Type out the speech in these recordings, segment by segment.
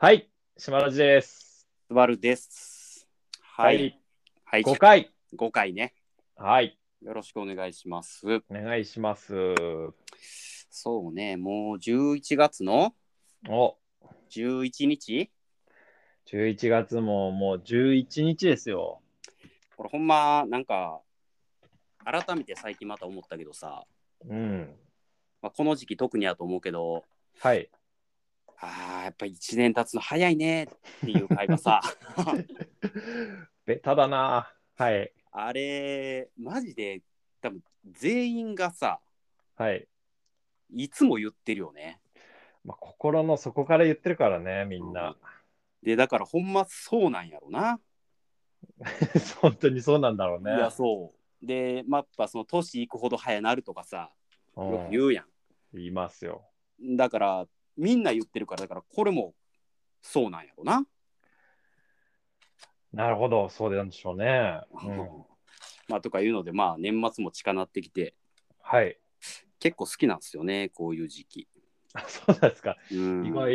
はい、島ラジです。 スバルです。はい。 第はい。 5回。 5回ね。 はい、 よろしくお願いします。 お願いします。 そうね、もう11月のお、 11日 11月ももう11日ですよ。 これほんま、なんか、改めて最近また思ったけどさ、 うん。 この時期特にやと思うけど、 はい。 やっぱり1年経つの早いねっていう会話さ、 ベタだな。はい。 あれ、マジで多分全員がさ、 はい。 いつも言ってるよね。 心の底から言ってるからね、みんうん、 な。 で、だからほんまそうなんやろな。 本当にそうなんだろういや、 ね。 そう。で、やっぱその年いくほど早なるとかさ、よく言うん。 うや言いますよ。 ん。だから、みんな言ってるから、だからこれもそうなんやろな。 なるほど、そうなんでしょうね。うん。 とかいうので、年末も近なってきて、 はい。 結構好きなんですよね、こういう時期。 あ、そうなんですか。 うん。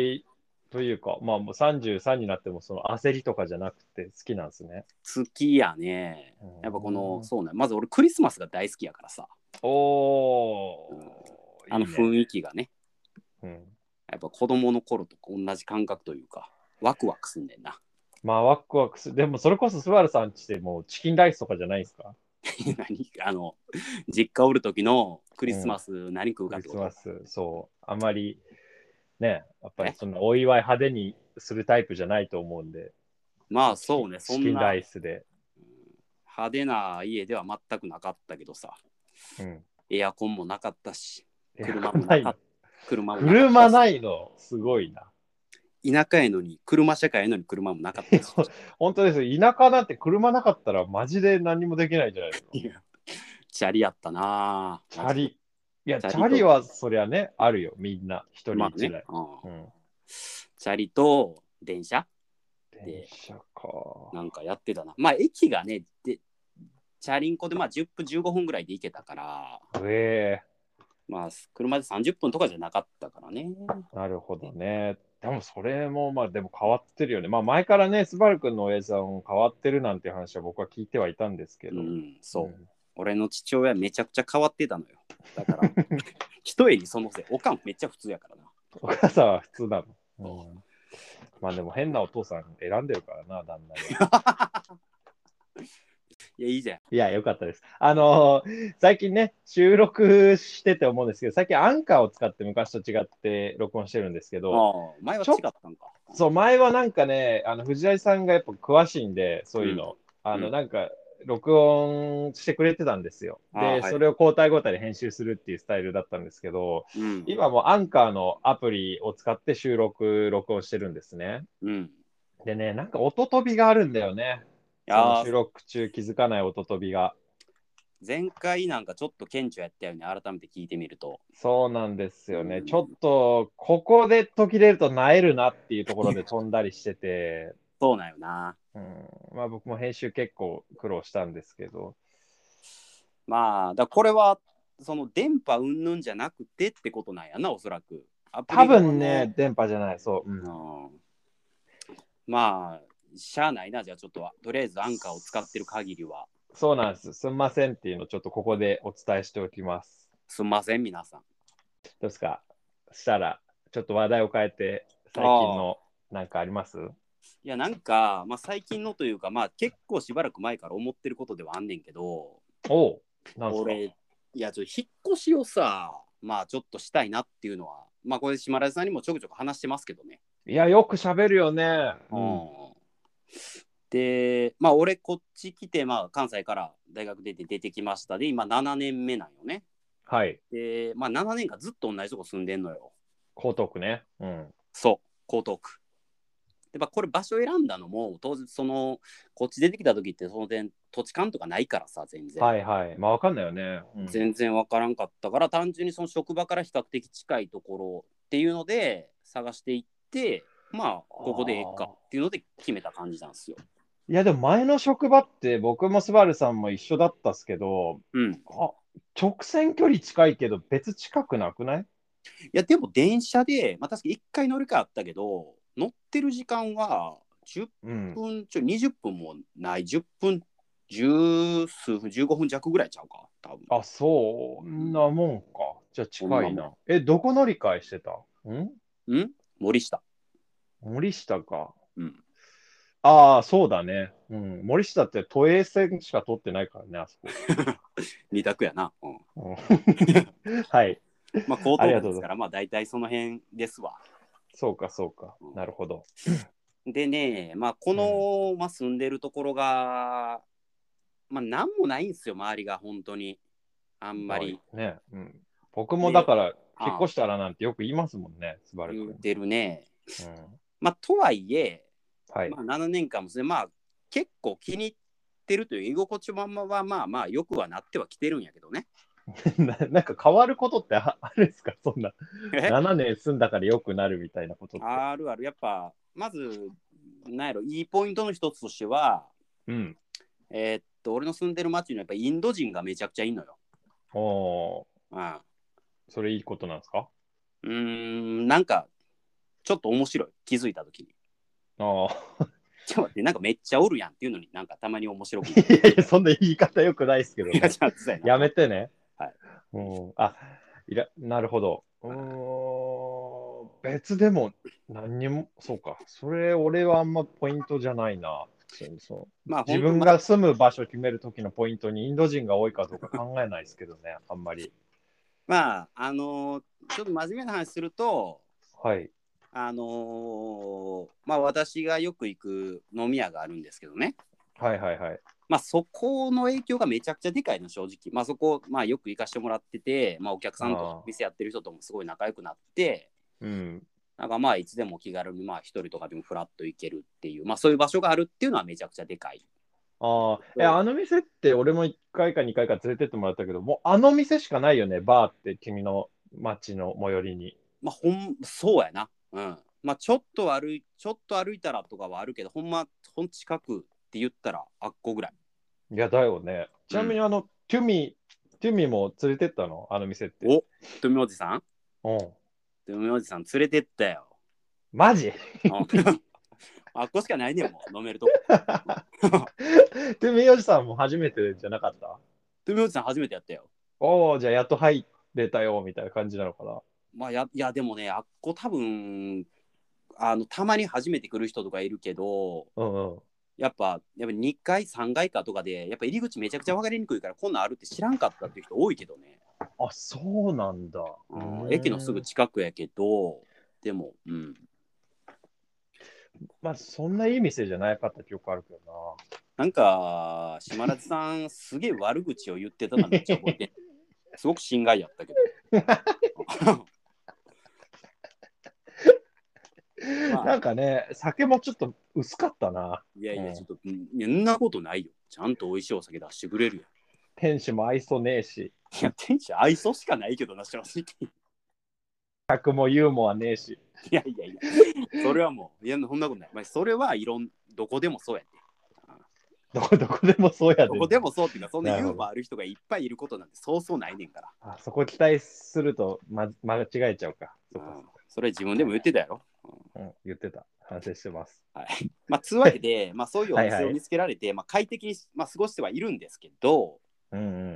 意外というか、まあもう33になってもその焦りとかじゃなくて好きなんですね。 好きやね。 うやっぱこの、 ーん。 そうね。まず俺クリスマスが大好きやからさ。うん、 おー、いいね。 あの雰囲気がね。 うん。 やっぱ子供の頃と同じ感覚というか、ワクワクすんねんな。 まあワクワクする。でもそれこそスバルさんちってもうチキンライスとかじゃないですか？ 何実家おる時のクリスマうん。 ス何食うクリかってこと？ スマス、そう。あまりね、やっぱりえそのお祝い派手にするタイプじゃないと思うんで、もうチキン、 そうね、そチキンラんなイスで。 派手な家では全くなかったけどさ、 うん。 エアコンもなかったし、 エア車もなかっコンないの？ 車もなかった車し、 ないのすごいな。 田舎やのに、車社会やのに車もなかったし。 本当ですよ。田舎なんて車なかったらマジで何もできないじゃないですか。 いや、チャリやったなぁ、マジで。 チャリ。いや、 チャリと、 チャリはそりゃね、あるよ。みんな。一人まあね、 一台。 うん、 うん。 チャリと電車電で、 車か。 なんかやってたな。駅がね、チャリンコで10分、15分ぐらいで行けたから、 ええ車で30分とかじゃなかったからね。 なるほどね。でもそれも、まあでも変わってるよね。まあ前からね、スバル君の親父さん変わってるなんて話は僕は聞いてはいたんですけど。 うん、そう。 うん。 俺の父親めちゃくちゃ変わってたのよ。だから、一重にそのせい、おかんめっちゃ普通やからな。 お母さんは普通なの。 そうん。まあでも変なお父さん選んでるからな、旦那に。 ういや、いいじゃん。 いや、よかったです。最近ね、収録してて思うんですけど、最近アンカーを使って昔と違って録音してるんですけど、 前はちょっ違ったんか。 そう、前はなんかね、藤井さんがやっぱ詳しいんで、そううん。 いうの。 うん。 なんか、録音してくれてたんですよ。で、 はい。 それを交代交代で編集するっていうスタイルだったんですけど、 うん。 今もうアンカーのアプリを使って録音してるんですね。 うん。 でね、なんか音飛びがあるんだよね。その収そう。 録中気づかない音飛びが。 前回なんかちょっと顕著やったよね。改めて聞いてみると。 そうなんですうよね。ちょっん。 と、ここで途切れると萎えるなっていうところで飛んだりしてて、 そうなんよな。 うん、まあ僕も編集結構苦労したんですけど、 これは、その電波云々じゃなくてってことなんやな、おそらく。アプ多リ側分ね、 の、 電波じゃない、そう。ううん、 ん、まあ、しゃあないな、じゃあちょっとは。とりあえずアンカーを使ってる限りは。 そうなんです。すんませんっていうのをちょっとここでお伝えしておきます。 すんません、皆さん。 どうですか？したら、ちょっと話題を変えて、最近ああ。 のなんかあります？ いや、最近のというか、結構しばらく前から思ってることではあんねんけど、 おう、なんすか？ 俺、いや、引っ越しをさ、ちょっとしたいなっていうのは、これ、島田さんにもちょくちょく話してますけどね。 いや、よく喋るよね。うん。 うん。で、俺、こっち来て、関西から大学出てきましたで、今、7年目なんよね。 はい。 で、7年間ずっと同じとこ住んでんのよ。 江東区ね。うん。 そう、江東区。で、これ場所選んだのも、当日、こっち出てきた時って、その点、土地勘とかないからさ、全然。 はいはい。まあわかんないよね。うん。 全然わからんかったから、単純にその職場から比較的近いところっていうので、探していって、ここでええかっていうので決めた感じなんですよ。 いや、でも前の職場って僕もスバルさんも一緒だったっすけど、 うん。 あ、直線距離近いけど別近くなくない？ いや、でも電車で、確かに1回乗り換えあったけど、 乗ってる時間は10 うん。 分ちょい、20分もない、10分、10数分、15分弱ぐらいちゃうか、多分。 あ、そんなもんか。じゃあこんなも近いな。え、どこ乗り換えしてたん。森下。 森下か。 うん。 ああ、そうだね。うん。森下って都営線しか通ってないからね、あそこ。 二択やな。うん。 うんはい。 まあ、江ありがとうございます。 東区ですから、まあ、大体その辺ですわ。 そうか、そうか。 うなるほど。 ん、でね、まあ、こうん。 の、まあ、住んでるところが、まあ、なんもないんですよ、周りが、本当に。あんまはいり。 ね。うん。僕もだで、 から、引っああ、 越したらなんてよく言いますもんね、スバル君。 言うてるね。 うん。 まあ、とはいえ、 はい。 まあ、7年間もですね、まあ、結構気に入ってるという居心地もままは、まあまあ、よくはなってはきてるんやけどね。 なんか変わることってあるんですかそんな。 え 7年住んだから良くなるみたいなことって。 あるある。やっぱ、まず、なんやろ、いいポイントの一つとしては、 うん。 俺の住んでる町のやっぱインド人がめちゃくちゃいいのよ。 おー、 うん。 それいいことなんですか？ なんか、ちょっと面白い。気づいたときに。 ああ。 ちょっと待って、なんかめっちゃおるやんっていうのになんかたまに面白くなる。 いやいや、そんな言い方良くないですけどいや、 ね。 じゃあ、そうやな。 やめてね。 はい。 うん。あ、なるほど。別でも何にも、そうか。それ、俺はあんまポイントじゃないな。普通にそう。 まあ、 自本当、 分が住む場所決めるときのポイントにインド人が多いかどうか考えないですけどね、あんまり。 まあ、ちょっと真面目な話すると、 はい。 まあ、私がよく行く飲み屋があるんですけどね。 はいはいはい。 まあ、そこの影響がめちゃくちゃでかいの、正直。まあ、そこ、まあ、よく行かしてもらってて、まあ、お客さんとかああ。 店やってる人ともすごい仲良くなって、 うん。 なんかまあ、いつでも気軽に、まあ、一人とかでもフラッと行けるっていう、まあ、そういう場所があるっていうのはめちゃくちゃでかい。 ああ。あの店って俺も1回か2回か連れてってもらったけど、もうあの店しかないよね、バーって君の街の最寄りに。 まあ、そうやな。うん。まあ、ちょっと歩いたらとかはあるけど、ほん近くって言ったらあっこぐらい。 いや、だよね。ちうん。 なみにトゥミも連れてったのあの店って。 お、富おじさんうん。 富おじさん連れてったよ。 マジうんあっこしかないねんもん、飲めるとこ。 トゥミおじさんも初めてじゃなかった？ 富おじさん初めてやったよ。 おお、じゃあやっと入れたよ、みたいな感じなのかな。 まあ、いや、でもね、あっこ多分、たまに初めて来る人とかいるけど、 うんうん。 やっぱ2回、3回かとかで、やっぱ入り口めちゃくちゃ分かりにくいから、こんなんあるって知らんかったっていう人多いけどね。 あ、そうなんだ。う駅のすぐーん。 近くやけど、でも、うん。 まあ、そんないい店じゃなかった記憶あるけどなんか、島田さん、すげえ悪口を言ってたのはめっちゃ覚えてん。すごく心外やったけど。 な。 まあ、 なんかね、酒もちょっと薄かったな。 いやいや、ちょっうん。 と、そんなことないよ。ちゃんと美味しいお酒出してくれるよ。 店主も愛想ねえし、 いや、店主愛想しかないけどな、正直。 客もユーモアねえし。 いやいやいや、それはもう、いや、そんなことない。まあ、それはどこでもそうやって。 どこでもそうやで。 どこでもそうっていうか、そんななるほど。 ユーモアある人がいっぱいいることなんてそうそうないねんから。 あ、そこ期待すると、間違えちゃうか。そっかそっか。 それ自分でも言ってたやろ。 うん、言ってた。反省してます。 はい。まあ、つうわけで、まあ、そういうおはいはい。 店を見つけられて、まあ、快適に、まあ、過ごしてはいるんですけど、 うんうん。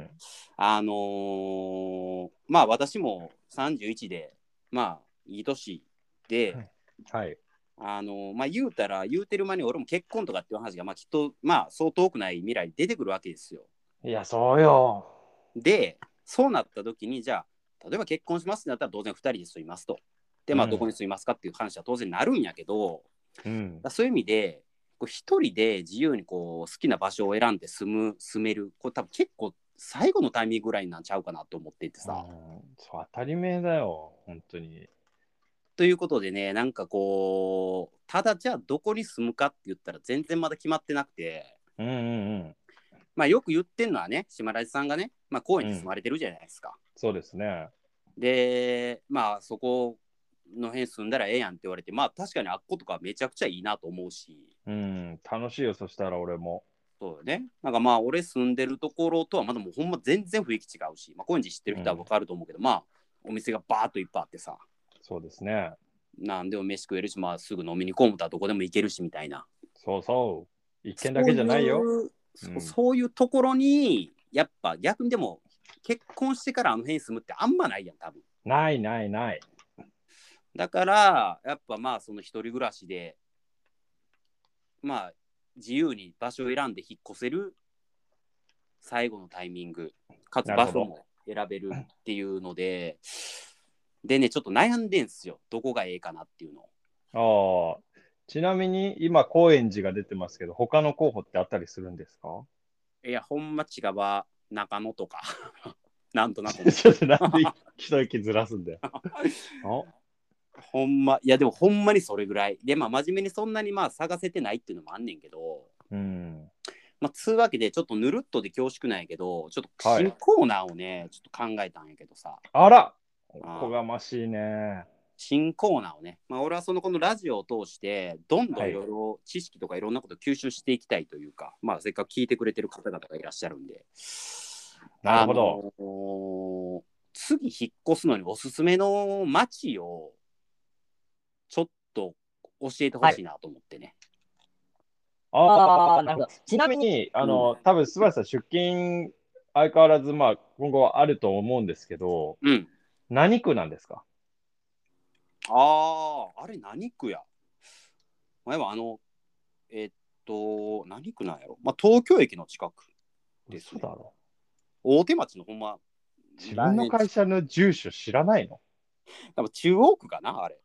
まあ、私も31で、まあ、いい年で、 はい。 まあ、言うてる間に俺も結婚とかっていう話が、まあ、きっと、まあ、そう遠くない未来に出てくるわけですよ。 いや、そうよ。 で、そうなった時に、じゃあ、例えば結婚しますってなったら当然2人で住みますと。で、まあ、どこうん。 に住みますかっていう話は当然なるんやけど、 うん。 そういう意味で、一人で自由にこう好きな場所を選んで住める、これ多分結構最後のタイミングぐらいなんちゃうかなと思っていてうん、 さ。 そう、当たり前だよ。本当に。 ということでね、なんかこう、ただじゃあどこに住むかって言ったら全然まだ決まってなくて、 うんうんまあよく言ってんのはね、島田さんがね、まあ高円うん。うん。 寺住まれてるじゃないですか。 そうですね。 で、まあそこの辺住んだらええやんって言われて、まあ確かにあっことかめちゃくちゃいいなと思うし、 うん。楽しいよ、そしたら俺も。 そうよね。なんかまあ俺住んでるところとはまだもうほんま全然雰囲気違うし、まあ高円寺知ってる人はうん。 わかると思うけど、まあお店がバーっといっぱいあってさ。 そうですね。 なんでも飯食えるし、まあ、すぐ飲みに込むとどこでも行けるしみたいな。 そうそう。一軒だけじゃないよ。 そういうところに、やっぱ逆にでも、結婚してからあの辺に住むってあんまないやん、多分。 ないないない。 だから、やっぱまあ、その一人暮らしで、まあ、自由に場所を選んで引っ越せる最後のタイミング、かつ場所も選べるっていうので、でね、ちょっと悩んでんすよ。どこがええかなっていうの。 ああ。ちなみに今、高円寺が出てますけど、他の候補ってあったりするんですか？ いや、ほんま近場、中野とか、なんとなく。 ちょっとなんで一息ずらすんだよ。 ほんま、いやでもほんまにそれぐらい。で、まあ真面目にそんなにまあ探せてないっていうのもあんねんけど、 うん。 まあつうわけでちょっとぬるっとで恐縮ないけど、ちょっとはい新コーナーをね、ちょっと考えたんやけどさ、 あら、おあこがましいね。 新コーナーをね、まあ俺はこのラジオを通して、どんどんはいいろいろ知識とかいろんなことを吸収していきたいというか、まあせっかく聞いてくれてる方々がいらっしゃるんで、 なるほど。 次引っ越すのにおすすめの街をちょっと教えてほしいなと思ってね。 ああ、なるほど。ちなみに、多分、素晴らしさ、出勤、相変わらず、まあ、今後はあると思うんですけど、 うん。 何区なんですか？ あれ何区や。前は何区なんやろ。まあ、東京駅の近くですね。 嘘だろ。 大手町のほんま、 自分の会社の住所知らないの？ 多分中央区かな、あれ。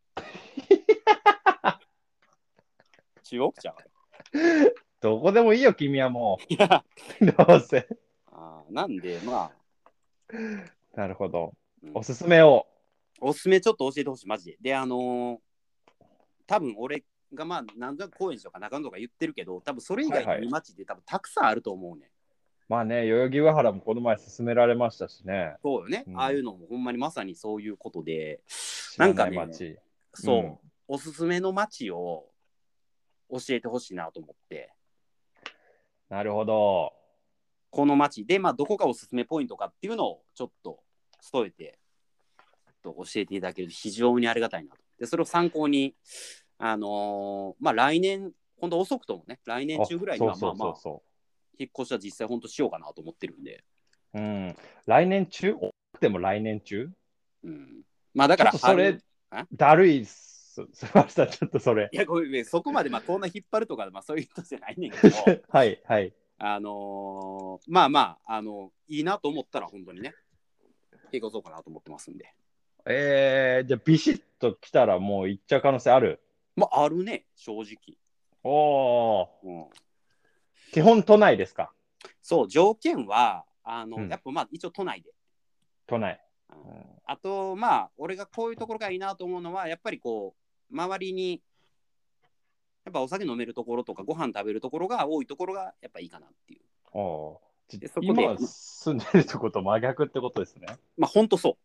中央区ちゃう。 どこでもいいよ、君はもいや、 う。どうせ。 なんで、まあ、 なるほど。 うん、 おすすめを。 おすすめちょっと教えてほしい、マジで。で、多分俺がまあ、何となく高円寺とか中野とか言ってるけど、多分それ以外の見町って多分たくさんあると思うね。 まあね、代々木上原もこの前勧められましたしね。 そうよね、 うん、 ああいうのもほんまにまさにそういうことで、 知らない街。 そう、 うん、 おすすめの街を教えてほしいなと思って、 なるほど。 この街で、まあ、どこがおすすめポイントかっていうのをちょっと添えて教えていただけると非常にありがたいなと。で、それを参考に、まあ来年、本当遅くともね、来年中ぐらいにはまあまあ、引っ越しは実際本当しようかなと思ってるんで。 うん。来年中でも来年中うん。まあだからちょっとそれ、だるいっす。すみません、ちょっとそれ。 いや、ごめん、そこまでまあこんな引っ張るとか、まあそういう人じゃないねんけど、 はいはい。 まあまあ、いいなと思ったら本当にね、引っ越そうかなと思ってますんで。 じゃあビシッと来たらもう行っちゃう可能性ある？ まああるね、正直。 おー。 うん、 基本都内ですか？ そう、条件は、やっぱまあ一応都内で。 都内。 あと、まあ、俺がこういうところがいいなと思うのは、やっぱりこう、周りに、やっぱお酒飲めるところとか、ご飯食べるところが多いところが、やっぱいいかなっていう。でそこで今住んでるとこと真逆ってことですね。 まあ、ほんとそう。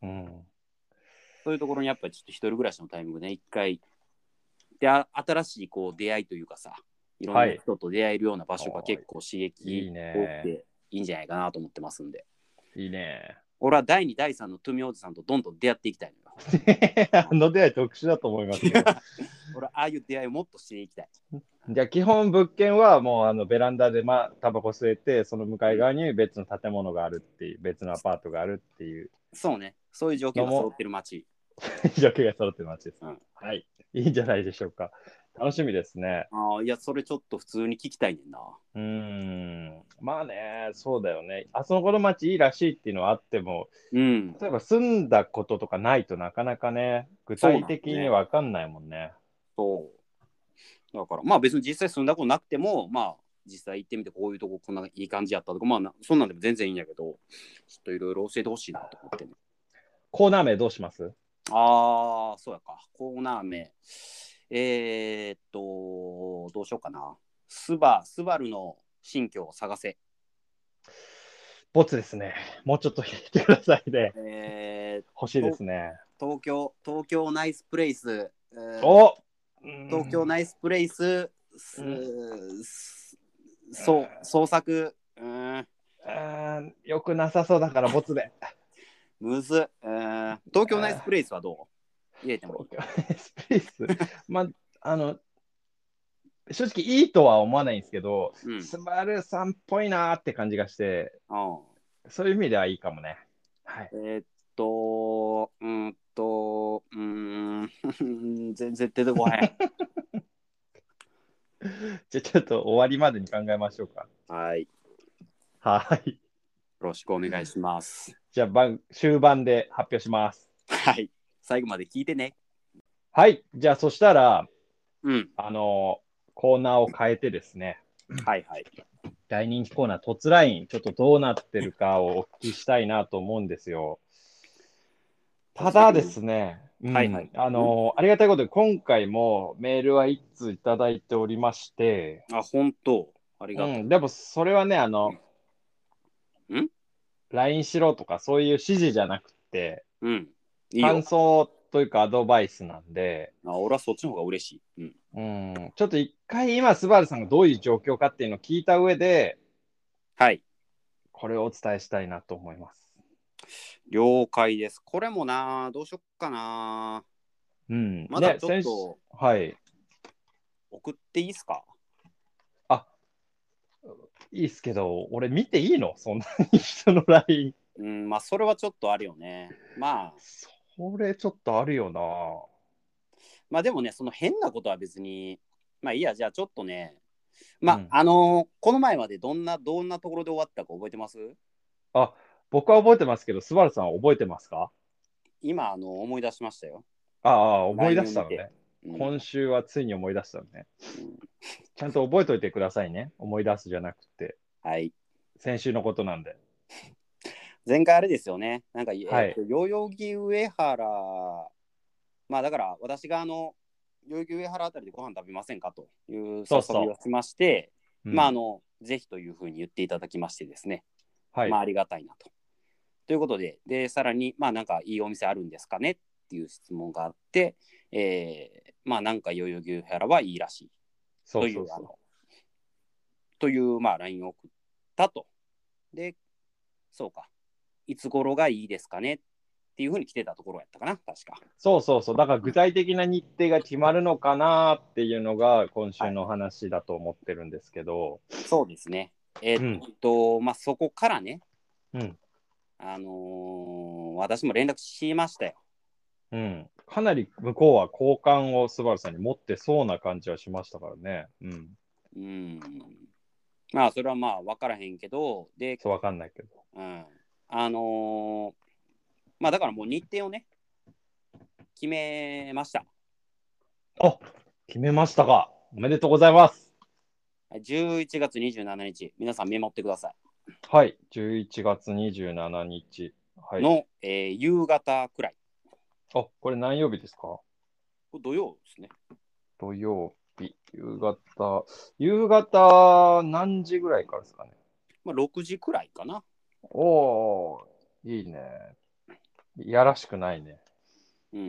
うん。 そういうところにやっぱりちょっと一人暮らしのタイミングで、ね、一回、で、新しいこう出会いというかさ、いろんな人と出会えるような場所が結構刺激多くていいんじゃないかなと思ってますんで。 いいね。 俺は第2、第3のトゥミおじさんとどんどん出会っていきたいのよ。あの出会い特殊だと思いますけど。 俺はああいう出会いをもっとしていきたい。 じゃあ基本物件はもうベランダでタバコ吸えて、その向かい側に別の建物があるっていう、別のアパートがあるっていう。 そうね。そういう条件が揃ってる街。 条件が揃ってる街です、 うん。 はい。いいんじゃないでしょうか。楽しみですね。 いや、それちょっと普通に聞きたいねんな。 まあね、そうだよね。あそこの街いいらしいっていうのはあっても、 うん、 例えば住んだこととかないとなかなかね、具体的にわかんないもんね。 そう。だから、まあ別に実際住んだことなくても、まあ実際行ってみてこういうとここんないい感じやったとか、まあそんなんでも全然いいんやけど、ちょっといろいろ教えてほしいなと思ってね。 コーナー名どうします？ そうやか。コーナー名。どうしようかな。スバルの新居を探せ。 ボツですね。もうちょっと引いてくださいね。欲しいですね。 東京ナイスプレイス。東京ナイスプレイス。創作。 よくなさそうだからボツで。 むず。東京ナイスプレイスはど入れてもいい。 スプリース、まあ、正直いいとは思わないんですけど、 うん。 スバルさんっぽいなーって感じがして、 ああ。 そういう意味ではいいかもね。はい。 全然出てこへん。 じゃあちょっと終わりまでに考えましょうか。 はい。よはい。 ろしくお願いします。 じゃあ終盤で発表します。 はい。最後まで聞いてね。 はい。じゃあそしたら、 うん。 あのコーナーを変えてですね、 はいはい。 大人気コーナー、凸ライン、ちょっとどうなってるかをお聞きしたいなと思うんですよ。ただで突然。 すね、 はいはい。 ありがたいことで、今回もメールは1通いただいておりまして、 あ、本当。ありがたい。 でもそれはね、 ん LINE しろとかそういう指示じゃなくて、 うん。いいよ。 感想というかアドバイスなんで、 あ、俺はそっちの方が嬉しい。うん。 ちょっと一回今、スバルさんがどういう状況かっていうのを聞いた上で、 はい。 これをお伝えしたいなと思います。 了解です。これもな、どうしよっかな。まだね、 ちょっとはい。 送っていいっすか？ あ、いいっすけど、俺見ていいのそんなに人の LINE。 うん、まあ、それはちょっとあるよね。 それちょっとあるよな。 まあでもね、その変なことは別に、まあいいや、じゃあちょっとね、 うんこの前までどんなところで終わったか覚えてます？ あ、僕は覚えてますけど、スバルさんは覚えてますか？ 今、思い出しましたよ。 思い出 LINE を見て。 したのね。 うん。 今週はついに思い出したのね。 うん、 ちゃんと覚えておいてくださいね。思い出すじゃなくて。 はい。 先週のことなんで。 前回あれですよね。なんか、 はい。 代々木上原、まあだから私が代々木上原あたりでご飯食べませんかというそうそ誘いをしまして、 う。 ぜひというふうに言っていただきましてですね。 はい。 まあありがたいなと。ということで、さらに、まあなんかいいお店あるんですかねっていう質問があって、まあなんか代々木上原はいいらしいという、 そうそうそう。 まあ LINE を送ったと。で、そうか。いつ頃がいいですかねっていうふうに来てたところやったかな、確か。 そうそうそう。だからうん、 具体的な日程が決まるのかなっていうのが今週はい。 の話だと思ってるんですけど。 そうですね。 うん。 まあそこからね、 うん。 私も連絡しましたよ。 うん。かなり向こうは好感をスバルさんに持ってそうな感じはしましたからね。うん。 うん。まあそれはまあ分からへんけど、で、 そうわかんないけど。 うん。まあだからもう日程をね、決めました。 あ、決めましたか。おめでとうございます。 11月27日、皆さんメモってください。 はい。11月27日。はい。 の、夕方くらい。 あ、これ何曜日ですか？ これ土曜ですね。 土曜日。夕方何時ぐらいからですかね。 まあ6時くらいかな。 おー、いいね。いやらしくないね。 うん。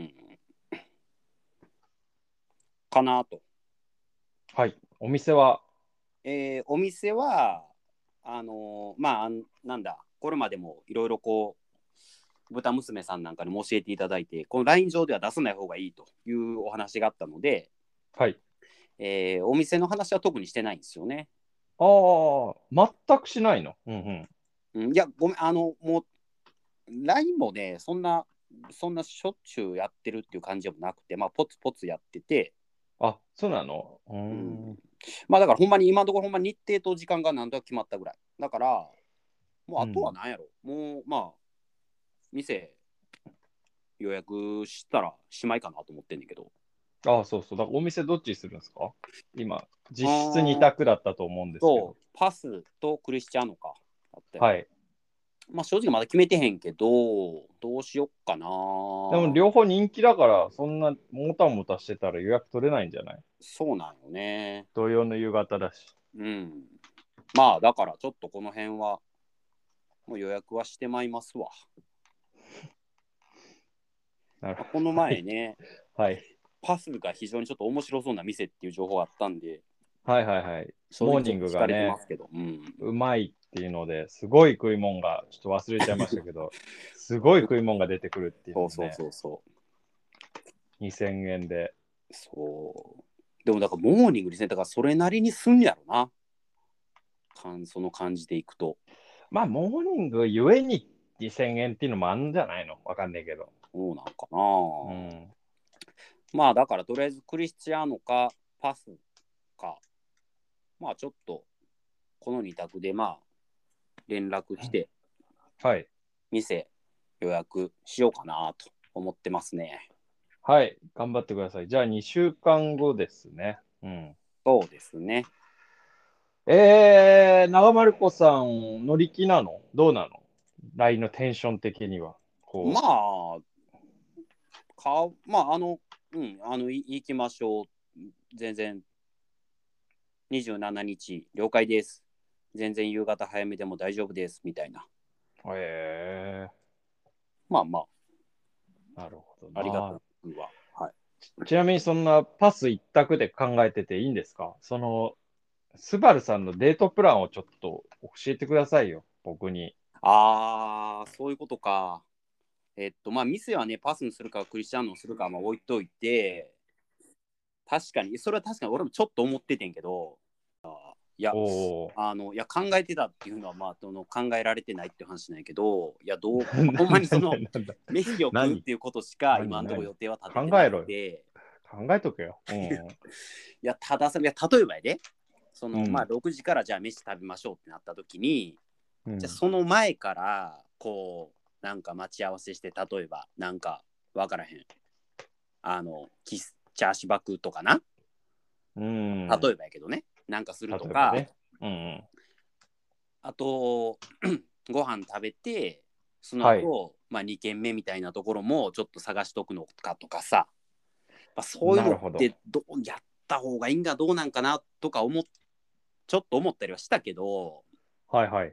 かなと。 はい。お店は、 お店は、まあ、なんだ、これまでもいろいろこう、豚娘さんなんかにも教えていただいて、この LINE 上では出さない方がいいというお話があったので、 はい。 お店の話は特にしてないんですよね。 ああ、全くしないの。うんうん。 うん、いや、ごめん、もう、LINE もね、そんなしょっちゅうやってるっていう感じでもなくて、まあ、ポツポツやってて、 あ、そうなのうん、まあ、だからほんまに今のところほんま日程と時間が何とか決まったぐらい。だから、もうあとは何やろ、もう、まあ、店予約したらしまいかなと思ってんだけど。 ああ、そうそう。だからお店どっちにするんですか？今、 う実質2 ーん択だったと思うんですけど。 パスとクリスチャーノか。だったよ。 はい。 まあ正直まだ決めてへんけど、どうしよっかな。 でも両方人気だから、そんなもたもたしてたら予約取れないんじゃない？ そうなんよね。 土曜の夕方だし。 うん。まあだからちょっとこの辺は、もう予約はしてまいますわ。 なるほまあこのど。はい。 前ね、 はい。 パスが非常にちょっと面白そうな店っていう情報があったんで、 はいはいはい。 正直モーニンちょっと惹かれてまグがね、 すけど。うん。 うまいっていうので、すごい食い物が、ちょっと忘れちゃいましたけど、すごい食い物が出てくるっていうそうそうのをね、 そうそ 2000円で。 そう。でもだからモーニングですね。だからそれなりにすんやろな。その感じでいくと。 まあ、モーニングゆえに2000円っていうのもあるんじゃないの？わかんないけど。 そうなんかうな。 ん。 まあだからとりあえずクリスチアーノかパスか。まあちょっとこの2択でまあ連絡してはい。 店予約しようかなと思ってますね。 はい。頑張ってください。じゃあ、2週間後ですね。うん。 そうですね。 長丸子さん、乗り気なの？どうなの？ LINE のテンション的には。 まこあ、まあ、行きましょう。全然、27日、了解です。全然夕方早めでも大丈夫です、みたいな。 う、 まあまなるほどあ、ありがたな。 いわ。はい。 ちなみにそんなパス一択で考えてていいんですか？スバルさんのデートプランをちょっと教えてくださいよ、僕に。 そういうことか。まあ、店はね、パスにするか、クリスチャンのするか、まあ、置いといて、確かに、それは確かに俺もちょっと思っててんけど、いや、 おお。 いや、考えてたっていうのは、まあ、考えられてないっていう話なんやけど、いや、ほんまになんだなんだ飯を食うっ何ていうことしか、今のところ何予定は立ててなく考えろよ。 て、 考えとけよ。 いや、たださ、いや、例えばやで、まあ、 うん。 6時からじゃあ飯食べましょうってなった時に、じゃあうん。 その前から、こう、なんか待ち合わせして、例えば、なんか、わからへん。チャーシュバクとかな。 うん。 例えばやけどね。なんかする例とか、 えばね。うん。 あと、ご飯食べて、そのはい。 後、まあ、2軒目みたいなところもちょっと探しとくのかとかさ、まあ、そういうのっなるほど。 てやった方がいいんかどうなんかなとかちょっと思ったりはしたけど、 はいはい。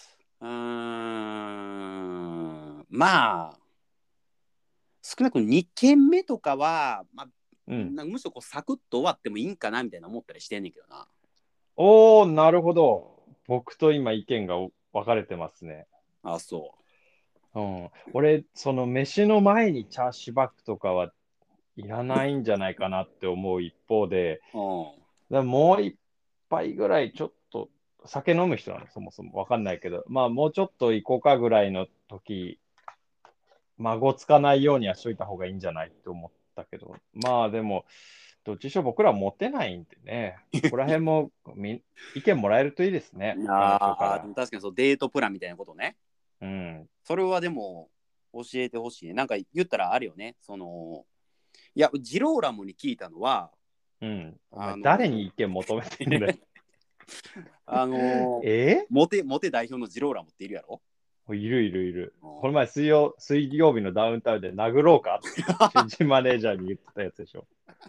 まあ、少なくとも2軒目とかは、まあ、 うん。 むしろこうサクッと終わってもいいんかなみたいな思ったりしてんねんけどな。 おー、なるほど。僕と今意見が分かれてますね。 あ、そうん。俺、その飯の前にチャーシュバックとかはいらないんじゃないかなって思う一方で、 う。うん。 もう一杯ぐらいちょっと、酒飲む人なの、そもそもわかんないけど、まあもうちょっと行こうかぐらいの時、孫つかないようにはしといた方がいいんじゃないって思ったけど、まあでも、どっちにしろ僕らモテないんでね、そこら辺も意見もらえるといいですね、彼女から。 でも確かにそうデートプランみたいなことね。 うん。 それはでも教えてほしいね。なんか言ったらあるよね。いや、ジローラモに聞いたのは、 うん。お前、 あの誰に意見求めてんだよ。 あのえモテ代表のジローラモっているやろ。 いるいるいる。このうん。 前水曜日のダウンタウンで殴ろうかって新人マネージャーに言ってたやつでしょ。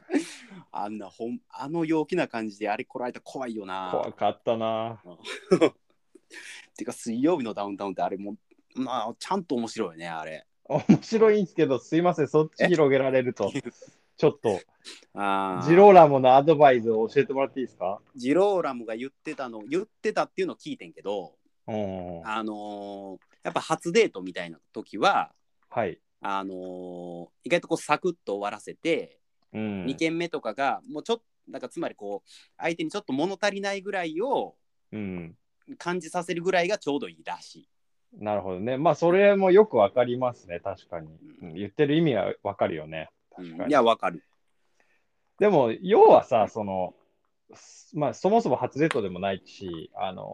あの陽気な感じであれこられたら怖いよな。 怖かったな。 うんてか水曜日のダウンタウンってあれも、まあ、ちゃんと面白いよね、あれ。 面白いんですけど、すいません、そっちえ広げられると、ちょっと、ジローあラモのアドバイスを教えてもらっていいですか？ ジローラムが言ってたっていうのを聞いてんけど、 うん。 やっぱ初デートみたいな時は、 はい。 意外とこうサクッと終わらせて、2 うん。 軒目とかがもうちょっとなんかつまりこう相手にちょっと物足りないぐらいをうん。 感じさせるぐらいがちょうどいいらしい。 なるほどね。まあ、それもよくわかりますね、確かに。 うんうん言ってる意味はわかるよね。 うん、 確かに。 いや、わかる。 でも、要はさ、まあ、そもそも初デートでもないし、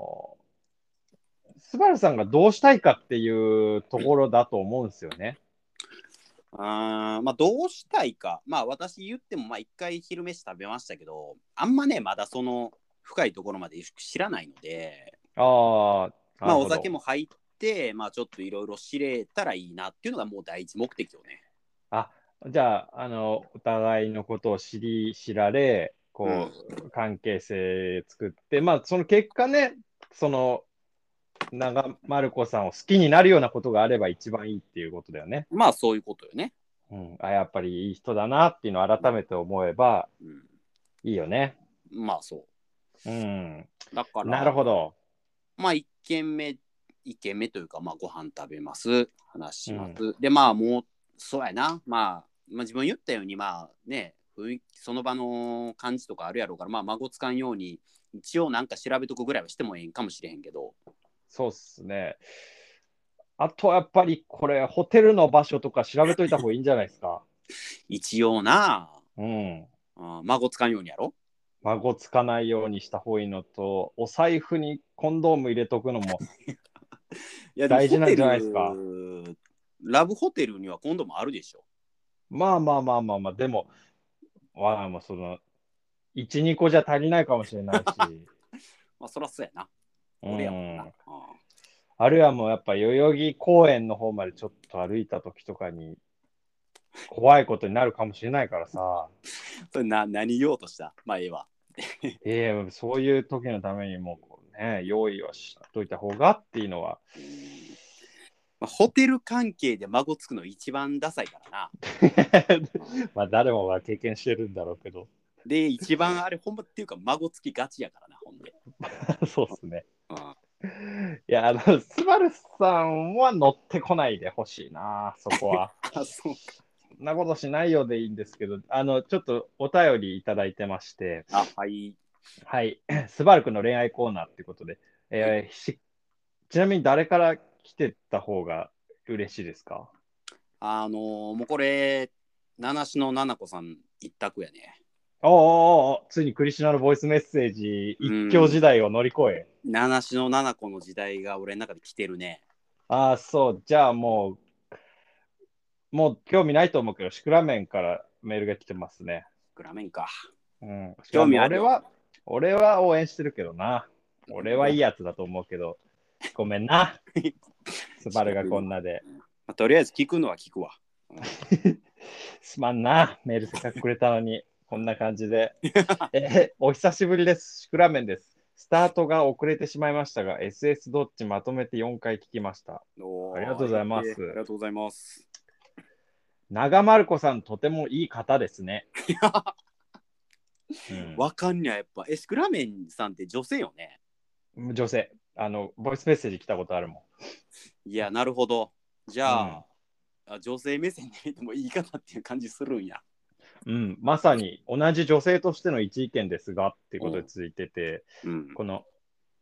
スバルさんがどうしたいかっていうところだと思うんですよね。 まあ、どうしたいか。まあ、私言っても、まあ、一回昼飯食べましたけど、あんまね、まだその深いところまで知らないので、 ああ、なまあ、おるほど。 酒も入って、まあ、ちょっといろいろ知れたらいいなっていうのがもう第一目的よね。 あ、じゃあ、お互いのことを知られ、 うん。 関係性作って、まあ、その結果ね、その、長丸子さんを好きになるようなことがあれば一番いいっていうことだよね。 まあ、そういうことよね。 うん。やっぱりいい人だなっていうのを改めて思えばうん。 いいよね。 まあ、そうん。 う。だかなるら、 ほど。 まあ、一軒目というか、まあ、ご飯食べます。話します。 うん。 で、まあ、もう、そうやな。まあ、 自分言ったように、まあね、雰囲気その場の感じとかあるやろうから、まあ、孫つかんように、一応なんか調べとくぐらいはしてもええんかもしれへんけど、 そうっすね。あとはやっぱりこれ、ホテルの場所とか調べといた方がいいんじゃないですか。 一応な、 うん。 孫つかんようにやろ。 孫つかないようにした方がいいのと、お財布にコンドーム入れとくのもいや、でもホテ大事なんじゃないですか。 ル、ラブホテルには今度もあるでしょ。 まあまあまあまあまあ、でも、もうその、1、2個じゃ足りないかもしれないし、 まあ、そらそうやな。 う俺やもんな。 ん。あるいはもうやっぱ代々木公園の方までちょっと歩いた時とかに怖いことになるかもしれないからさ、 それ何言おうとしたまあ、ええわ。 そういう時のためにもこうね、用意はしといた方がっていうのは、 まあ、ホテル関係で孫つくの一番ダサいからな。 まあ誰もが経験してるんだろうけど、 で、一番あれ、ほんまっていうか、孫つきがちやからな、ほんで。 そうっすね。 うんいや、スバルさんは乗ってこないでほしいな、そこは。 あ、そうか。 そんなことしないようでいいんですけど、ちょっとお便りいただいてまして、 あ、はい。 はい、スバルくんの恋愛コーナーっていうことで、 はい、 ちなみに誰から来てた方が嬉しいですか？ もうこれ、七種の七子さん一択やね。 ついにクリシュナのボイスメッセージ、 う一強時ん。 代を乗り越え。 七種の七子の時代が俺の中で来てるね。 ああ、そう、じゃあもう興味ないと思うけど、シクラメンからメールが来てますね。 グラメンか。 うん。シクラメン、 興味あるよ。 俺は応援してるけどな。俺はいいやつだと思うけど、ごめんな。スバルがこんなで。 まあ、とりあえず聞くのは聞くわ。 すまんな。メールせっかくくれたのに、こんな感じで。お久しぶりです。シクラメンです。スタートが遅れてしまいましたが、SS どっちまとめて4回聞きました。ありがとうございまありす。 がとうございます。 長丸子さん、とてもいい方ですね。 わかんにゃ、やっぱ。シクラメンさんって女性よね。 女性。ボイスメッセージ来たことあるもいや、なるほど。じん。 ゃあ、女性目線で見てもいいかなっていう感じするんや。 まさに同じ女性としての一意見ですがっていうことで続いてて、 うん。 この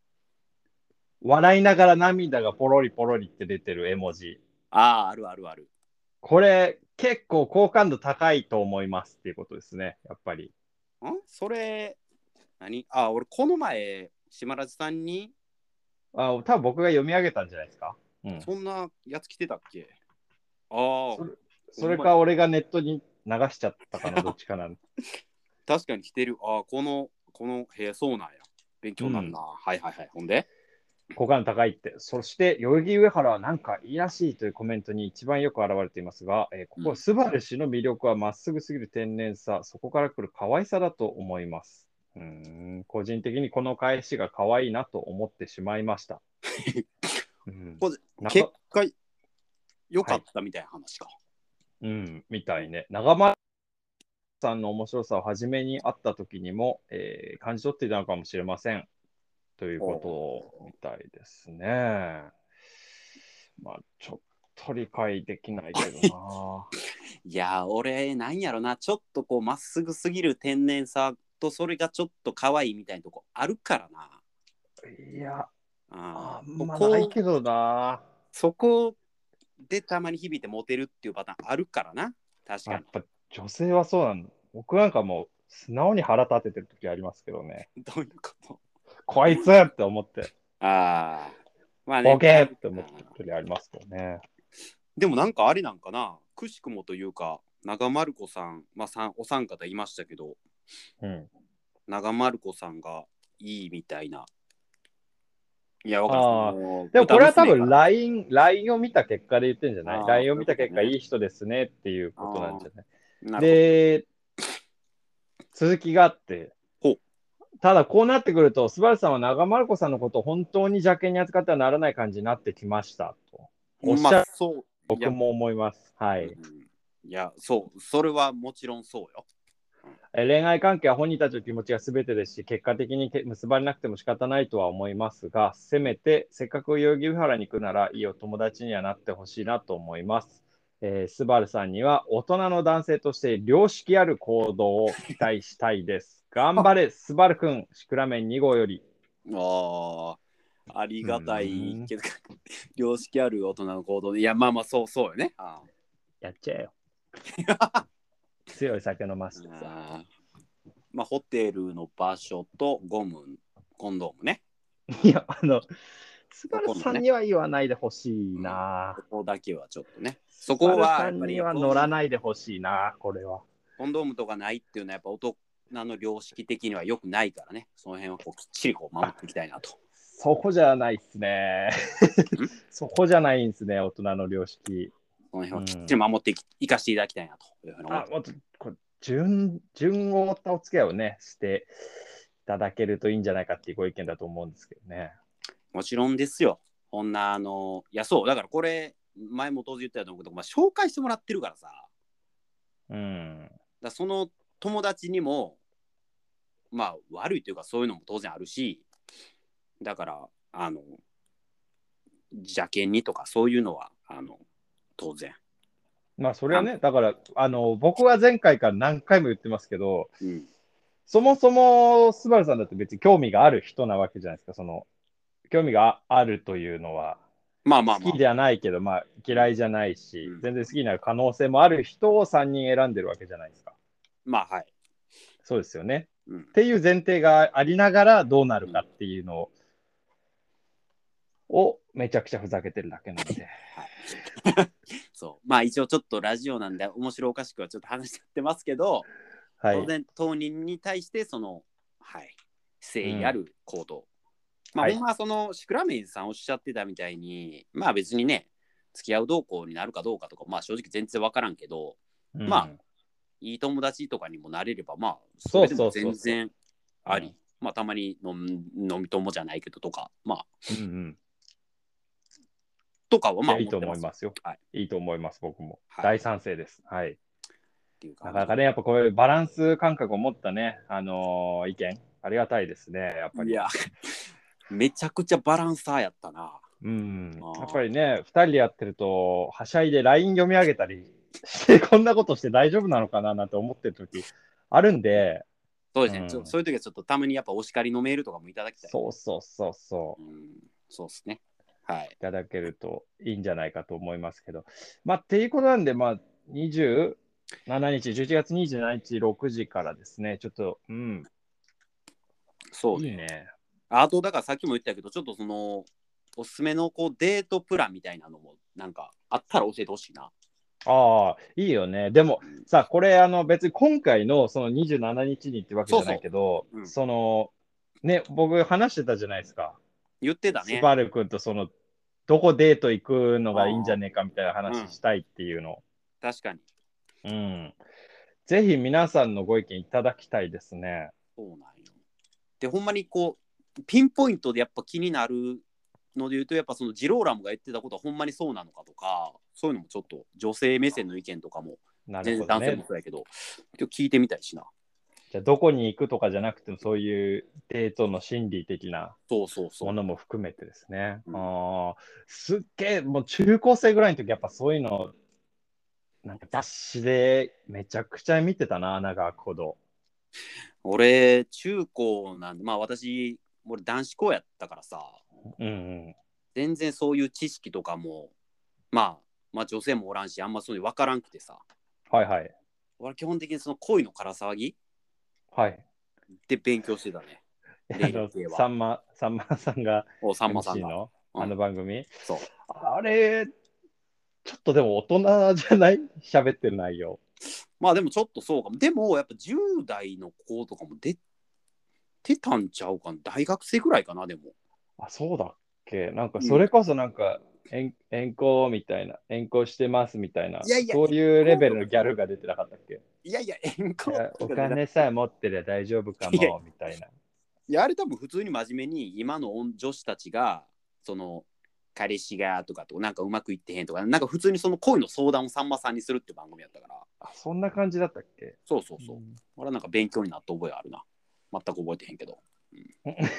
笑いながら涙がポロリポロリって出てる絵文字。 ああ、あるあるある。 これ結構好感度高いと思いますっていうことですね、やっぱり。 それ、俺、この前、島田さんに、 多分僕が読み上げたんじゃないですか。うん。 そんなやつ来てたっけ？ああ、ほそれんまや。 か俺がネットに流しちゃったかのどっちかなんで。 確かに来てる。この部屋、そうなんや。勉強になるな。はいはいはい。ほんで、 好感度高いって。そして、代々木上原はなんかいいらしいというコメントに一番よく表れていますが、ここ、スバル氏の魅力はまっすぐすぎる天然さ、そこから来る可愛さだと思います。個人的にこの返しが可愛いなと思ってしまいました。うん、 これなんか結果、良かったみたいな話か。 みたいね。長間さんの面白さを初めに会った時にも、感じ取っていたのかもしれません。ということみたいですね。まあ、ちょっと理解できないけどな。 いやー、俺、なんやろな、ちょっとこう、まっすぐすぎる天然さと、それがちょっと可愛いみたいなとこあるからな。 いや、 ああんまなこういけどな。 そこでたまに響いてモテるっていうパターンあるからな。確かに。 やっぱ女性はそうなんだ。僕なんかもう素直に腹立ててる時ありますけどね。 どういうこと？ こいつって思って、 ああ。まあね。 ボケって思ってる時ありますけどね。 でもなんかあれなんかな。くしくもというか、長丸子さん、お三方いましたけど、 うん。 長丸子さんがいいみたいな。いや、わからん。 ああ、 もうでもこれは多分豚娘からラインを見た結果で言ってんじゃない？ ああ、 ライン をそういう見た結果ことね。 いい人ですねっていうことなんあじゃない？ あ、なるほど。 で、続きがあって、 ほう。 ただこうなってくると、スバルさんは長丸子さんのことを本当に邪険に扱ってはならない感じになってきましたと。おっしゃる、 そう。いや、 僕も思います。はうん、 い。 いや、そう。それはもちろんそうよ。 恋愛関係は本人たちの気持ちが全てですし、結果的に結ばれなくても仕方ないとは思いますが、せめて、せっかく代々木上原に行くなら、いいお友達にはなってほしいなと思います。 スバルさんには大人の男性として良識ある行動を期待したいです。頑張れ、スバルくん、シクラメン2号より。 ああ、ありがたいんけど、良識ある大人の行動で、いや、まあまあ、そうそうよね。 やっちゃえよ。強い酒飲ませてさ。 まあ、ホテルの場所とゴム、コンドームね。 いや、スバルさんには言わないでほしいな。 そこだけはちょっとね。そスバルこはさんには乗らないでほしいな、これは。 コンドームとかないっていうのはやっぱ大人の良識的には良くないからね。その辺はこうきっちりこう守っていきたいなと。 そこじゃないっすね。そこじゃないんですね、大人の良識。 その辺はきっちり守っていかしていただきたいなというふうに思って。 もっとこう順を追ったお付き合いをね、していただけるといいんじゃないかっていうご意見だと思うんですけどね。 もちろんですよ。こんな、いや、そう、だからこれ、前も当然言ったと思うけど、まあ、紹介してもらってるからさ。だその友達にも、まあ、悪いというか、そういうのも当然あるし、だから、邪険にとか、そういうのは、当然。 まあ、それはね、だから、僕は前回から何回も言ってますけど、そもそも、スバルさんだって別に興味がある人なわけじゃないですか、興味があるというのは。 まあまあまあ。 好きじゃないけど、まあ、嫌いじゃないし、全然好きになる可能性もある人を3人選んでるわけじゃないですか。 まあ、はい。 そうですよね。っていう前提がありながらどうなるかっていうのをめちゃくちゃふざけてるだけなので。 そう。まあ一応ちょっとラジオなんで面白おかしくはちょっと話しちゃってますけど、 はい、 当然当人に対して誠意ある行動。まあほんまそのシクラメイズさんおっしゃってたみたいに、まあ別にね、付き合う動向になるかどうかとか、まあ正直全然わからんけど、まあいい友達とかにもなれれば、まあそれでも全然あり。まあたまに飲み友じゃないけどとか、まあ。とかはまあいいと思いますよ。いいと思います、僕も。大賛成です。はい。なかなかね、やっぱこういうバランス感覚を持ったね、意見、ありがたいですね、やっぱり。 いや、めちゃくちゃバランサーやったな。 やっぱりね、2人でやってると、はしゃいで LINE 読み上げたりして、こんなことして大丈夫なのかななんて思ってる時あるんで。 そうですね、そういう時はちょっとたまにやっぱお叱りのメールとかもいただきたい。 そう。 そうですね。はい。 いただけるといいんじゃないかと思いますけど。まあ、っていうことなんで、まあ、27日、11月27日6時からですね、ちょっと、 そうね。いいね。あと、だからさっきも言ったけど、ちょっとその、おすすめのこうデートプランみたいなのも、なんかあったら教えてほしいな。 ああ、いいよね。でも、さ、これ、別に今回のその27日にってわけじゃないけど、ね、僕話してたじゃないですか。 言ってたね。 スバル君とどこデート行くのがいいんじゃねえかみたいな話したいっていうの。 確かに。 ぜひ皆さんのご意見いただきたいですね。 そうなんよ。で、ほんまにこう、ピンポイントでやっぱ気になるので言うと、やっぱそのジローラムが言ってたことはほんまにそうなのかとか、そういうのもちょっと女性目線の意見とかも、全然男性もそうやけど、今日聞いてみたいしな。 じゃあどこに行くとかじゃなくても、そういうデートの心理的なものも含めてですね。すっげえ、もう中高生ぐらいの時、やっぱそういうの、なんか雑誌でめちゃくちゃ見てたな、穴が開くほど。 俺、中高なんで、まあ俺男子校やったからさ、全然そういう知識とかも、まあ女性もおらんし、あんまそういうの分からんくてさ。俺基本的にその恋のから騒ぎで勉強してたね。 さんまさんが MC の番組。あれ、ちょっとでも大人じゃない喋ってる内容。 まあでもちょっとそうかも。でもやっぱ10代の子とかも出てたんちゃうかな。大学生ぐらいかな、でも。 あ、そうだっけ。なんかそれこそなんか、遠行みたいな、遠行してますみたいな、そういうレベルのギャルが出てなかったっけ。 いやいや、遠行お金さえ持ってりゃ大丈夫かもみたいな。 いや、あれ多分普通に真面目に今の女子たちが、その、彼氏がとかなんかうまくいってへんとか、なんか普通にその恋の相談をさんまさんにするって番組やったから。 あ、そんな感じだったっけ。 そう。俺はなんか勉強になった覚えあるな。全く覚えてへんけど。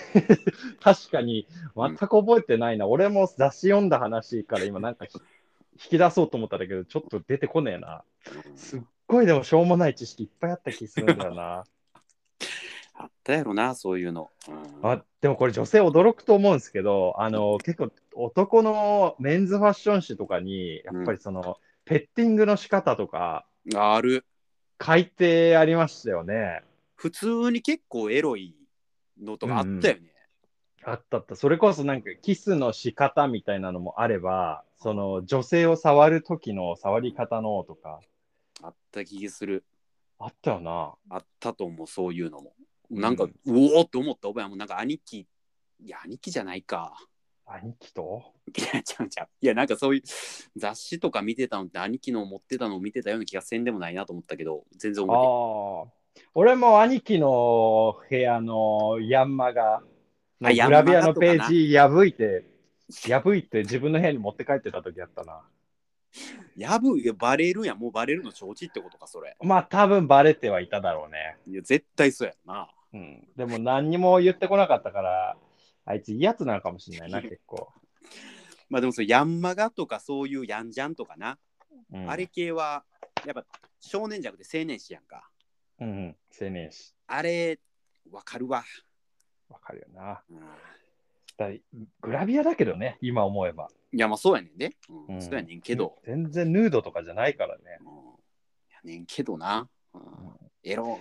確かに全く覚えてないな。俺も雑誌読んだ話から今なんか引き出そうと思ったんだけど、ちょっと出てこねえな。すっごいでもしょうもない知識いっぱいあった気するんだよな。 あったやろな、そういうの。 でもこれ女性驚くと思うんですけど、結構男のメンズファッション誌とかに、やっぱりその、ペッティングの仕方とか、 ある。 書いてありましたよね。 普通に結構エロいのとうんかあったよね。 あったあった。それこそなんかキスの仕方みたいなのもあれば、その女性を触る時の触り方のとか、 あった気がする。 あったよな。 あったと思う、そういうのも。 うんなんか、うおーって思った覚えはもうなんか兄貴、いや、兄貴じゃないか。 兄貴といや、ちゃうちゃう。いや、なんかそういう雑誌とか見てたのって兄貴の持ってたのを見てたような気がせんでもないなと思ったけど、全然覚えてああ。俺も兄貴の部屋のヤンマガあ、 のヤンマグラビアのガとかな。 ページ破いて自分の部屋に持って帰ってた時あったな。 いや、バレるやん。もうバレるの承知ってことか、それ。 まあ多分バレてはいただろうね。 いや、絶対そうやな。 うん。でも何にも言ってこなかったから、あいついいやつなのかもしれないな、結構。 まあでもヤンマガとかそういうヤンジャンとかな。 うん、 あれ系は、やっぱ少年じゃなくて青年誌やんか。 うん、青年誌。 あれ、わかるわ。 わかるよな。 うんグラビアだけどね、今思えば。 いや、まあそうやねんで。そうやうん、 ねんけど。 全然ヌードとかじゃないからね。 やねんけどな。エロ、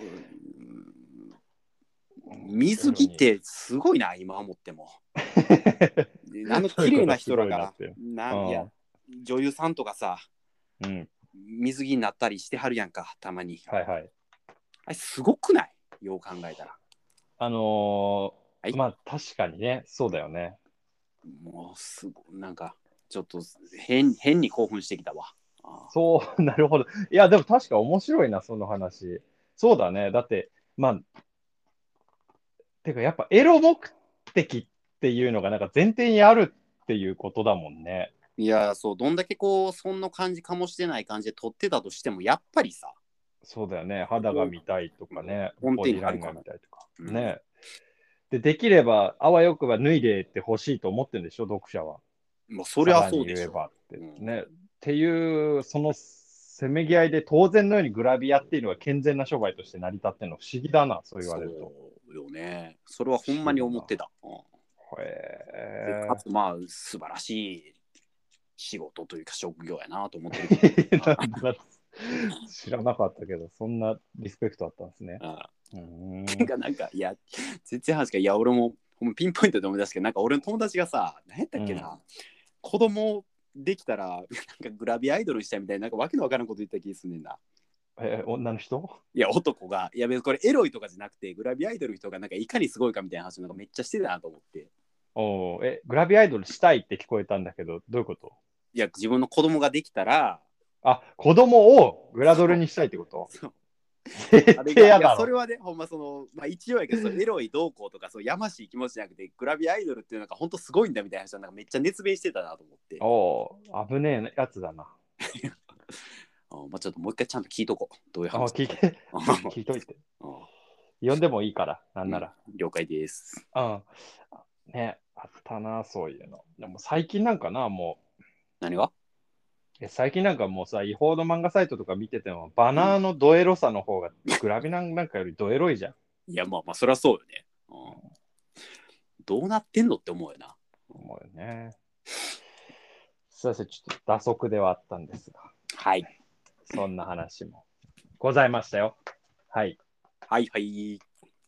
うん、 水着ってすごいな、今思っても。綺麗な人らが、いや、女優さんとかさ、 うん、 水着になったりしてはるやんか、たまに。 はいはい。 あれ、すごくない？よう考えたら。はい、 まあ確かにね、そうだよね。 もうすごい、なんか、ちょっと変に興奮してきたわ。 そう、なるほど。いや、でも確か面白いな、その話。そうだね。だって、まあ、てかやっぱエロ目的っていうのがなんか前提にあるっていうことだもんね。 いや、そう、どんだけこう、そんな感じかもしてない感じで撮ってたとしても、やっぱりさ、 そうだよね。肌が見たいとかね、 根ボディライン底にあるから。 が見たいとか。 うん、 ね。で、できれば、あわよくば脱いでってほしいと思ってるんでしょ、読者は。 まあ、そりゃさらにそうでしょ。 言えばって。 うん、 ね。っていう、そのせめぎ合いで当然のようにグラビアっていうのは健全な商売として成り立ってるの不思議だな、そう言われると。 そうよね。それはほんまに思ってた。でかへつ、まあ、素晴らしい仕事というか職業やなと思ってるけど。 知らなかったけど、そんなリスペクトあったんですね。 なんか、いや、全然話が、いや、俺もほんまピンポイントで思い出すけど、なんか俺の友達がさ、何やったっけな、子供できたら、なんかグラビアアイドルにしたいみたいな、なんかわけのわからんこと言った気がすんねんな。 女の人いや、男が、いや、別にこれエロいとかじゃなくて、グラビアアイドルの人がなんかいかにすごいかみたいな話をなんかめっちゃしてたなと思って。 グラビアアイドルしたいって聞こえたんだけど、どういうこと？ いや、自分の子供ができたら、 あ、子供をグラドルにしたいってこと？ そう絶対嫌いや、 だろ。 それはね、ほんままあ一応やけど、エロいどうこうとか、そうやましい気持ちじゃなくて、グラビアアイドルっていうのが本当すごいんだみたいな話はなんかめっちゃ熱弁してたなと思って。 危ねえやつだな。 まあちょっともう一回ちゃんと聞いとこう。どういう話？ 聞いといて。呼んでもいいから、なんなら。 了解です。 ね、あったな、そういうの。でも最近なんかな、もう。 何が？ 最近なんかもうさ、違法の漫画サイトとか見てても、バナーのドエロさの方がグラビナなんかよりドエロいじゃん。 いや、まあそりゃそうよね。どうなってんのって思うよな。 思うよね。すいません、ちょっと打足ではあったんですが。 はい。 そんな話もございましたよ。はい。 はいはい。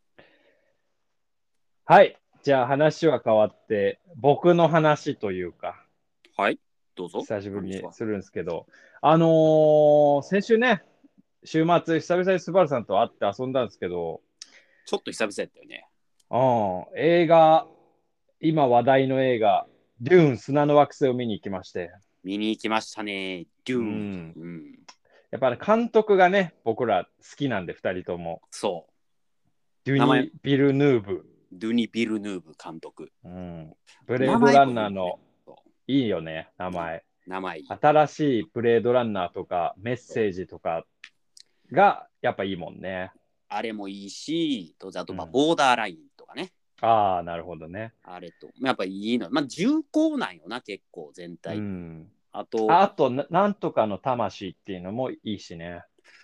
はい。じゃあ話は変わって、僕の話というか、 はい。どうぞ。 久しぶりにするんですけど、先週ね、週末、久々にスバルさんと会って遊んだんですけど、 ちょっと久々やったよね。 映画、今話題の映画、デューン砂の惑星を見に行きまして。 見に行きましたね。デューン。 やっぱり監督がね、僕ら好きなんで、2人とも。 そう。 デュニ・ビルヌーブ。 デュニ・ビルヌーブ監督。 ブレードランナーの、いいよね、名前。新しいブレードランナーとか、メッセージとかが、やっぱいいもんね。 あれもいいし、あと、ボーダーラインとかね。 ああ、なるほどね。 あれと、やっぱいいの。まあ、重厚なんよな、結構、全体。 あと、 あとなんとかの魂っていうのもいいしね。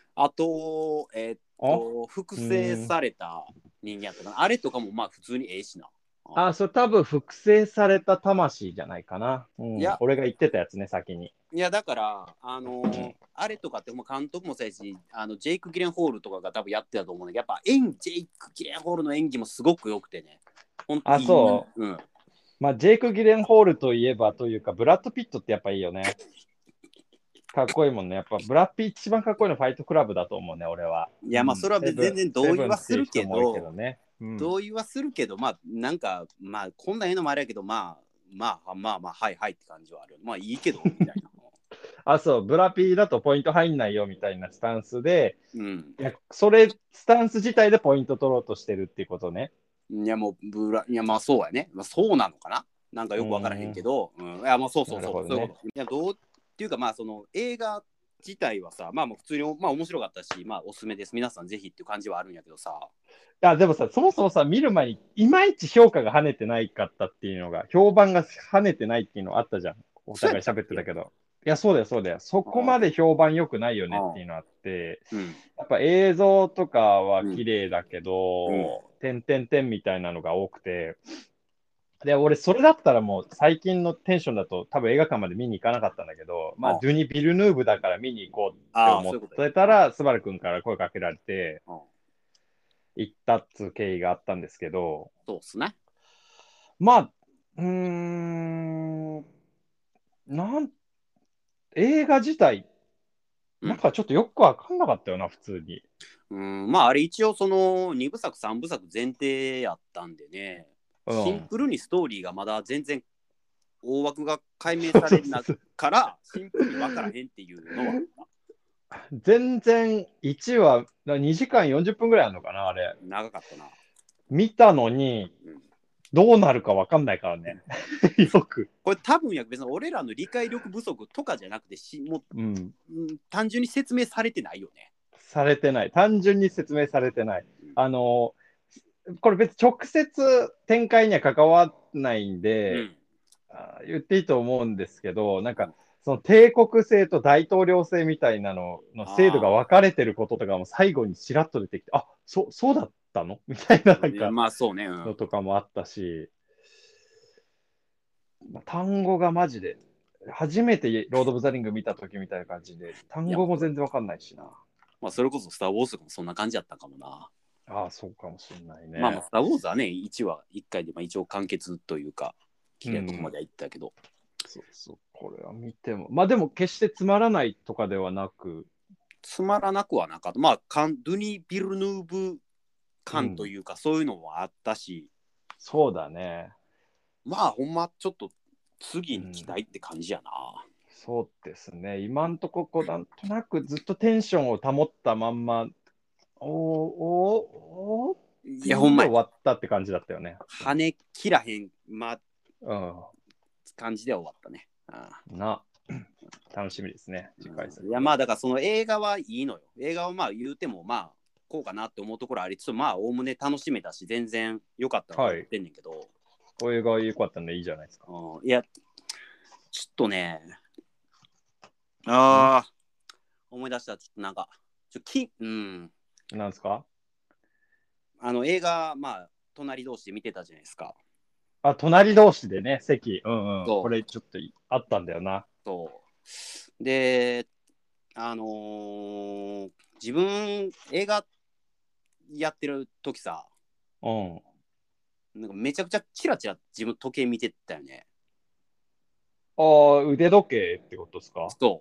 複う製ん。 された人間やったかな。あれとかもまあ普通にええしな。 それ多分複製された魂じゃないかな。うん。 いや、 俺が言ってたやつね、先に。 いやだから、 うん。 あれとかってもう監督もそうやし、ジェイク・ギレンホールとかが多分やってたと思うんだけど、やっぱジェイク・ギレンホールの演技もすごく良くてね。ほんといい。 そう。 うん。 まあ、ジェイク・ギレンホールといえばというか、ブラッド・ピットってやっぱいいよね。かっこいいもんね。やっぱ、ブラッピ一番かっこいいのファイトクラブだと思うね、俺は。 いや、まあそれは全然同意セブンっていうはするけ人も多いけど、 どね。うん。 同意はするけど、まあなんか、まあこんなん言うのもあれやけど、まあ、はいはいって感じはあるよね。まあいいけど、みたいな。 そう、ブラピだとポイント入んないよみたいなスタンスで、 うん。 いや、それ、スタンス自体でポイント取ろうとしてるっていうことね。 いや、もう、いや、まあそうやね。まあそうなのかな。なんかうよくわからへんん。 けど、うん。いや、まあそうそなうそう、 るほどね。 そういうこと。いや、どうっていうか、まあその映画自体はさ、まあもう普通に、まあ面白かったし、まあおすすめです。皆さんぜひっていう感じはあるんやけどさ。 でもさ、そもそもさ、見る前に、いまいち評価が跳ねてないかったっていうのが、評判が跳ねてないっていうのあったじゃん。おそうや互い喋ってったっけ？ たけど。いや、そうだよ、そうだよ。そこまで評判良くないよねっていうのあって、 うん。 やっぱ映像とかはうん。 綺麗だけうん。 ど、点々点みたいなのが多くて、で、俺、それだったらもう最近のテンションだと多分映画館まで見に行かなかったんだけど、まあ、 あドゥニ・ビルヌーブだから見に行こうってあ、 思っそういうことや。 てたら、スバル君から声かけられて、 あ行ったっつう経緯があったんですけど、 そうっすね。 まあ、なん、映画自体、 うん。 なんかちょっとよくわかんなかったよな、普通に。 うん、まああれ一応その2部作3部作前提やったんでね、シンうん。 プルにストーリーがまだ全然大枠が解明そうされなそうそうそう。 からシンプルに分からへんっていうのはあった。 全然、1話、2時間40分ぐらいあるのかな、あれ。 長かったな。 見たのに、 うん、 どうなるかわかんないからね。よく。 これ多分や別に俺らの理解力不足とかじゃなくてもうん。 う、単純に説明されてないよね。 されてない。単純に説明されてない。 うんあの、これ別に直接展開には関わらないんで、 うん言っていいと思うんですけど、なんか、 うん、 その帝国制と大統領制みたいなのの制度があ分かれてることとかも最後にちらっと出てきて、そうだったのみたいななあ、いやんかまあそうね、うん。 のとかもあったし、単語がマジで、初めてロード・オブ・ザ・リング見た時みたいな感じで、単いや、 語も全然分かんないしな。 まあそれこそスター・ウォーズとかもそんな感じやったかもな。 そうかもしれないね。 まあまあ、スター・ウォーズはね、1話1回でまあ一応完結というか、綺麗なとこまうん。 では行ったけど、 そうそう、これは見ても。まあでも決してつまらないとかではなく、 つまらなくはなかった。まあ、ドゥニ・ビルヌーブ感とうん、 いうか、そういうのもあったし、 そうだね。 まあ、ほんま、ちょっと次に期うん、 待って感じやな。 そうですね。今んとこ、なんとなくずっとテンションを保ったまんま、っていや、ほんまや。 いうんで終わったって感じだったよね。 跳ね切らへん、まあ、 う感じで終わったね。 楽しみですね、次回作。 いや、まあ、だからその映画はいいのよ。映画はまあ言うても、まあ、こうかなって思うところありつつ、まあ、おおむね楽しめたし、全然良かったと思ってんねんけど、 お映画良かったんでいいじゃないですか。 いや、ちょっとね、ああ、思い出した、ちょっとなんか、 なんですか？ 映画、まあ、隣同士で見てたじゃないですか。 隣同士でね、席。こそう、 れちょっとあったんだよな。 そう。で、自分、映画やってる時さ、 うん。 なんかめちゃくちゃチラチラ自分時計見てたよね。 腕時計ってことですか？ そう、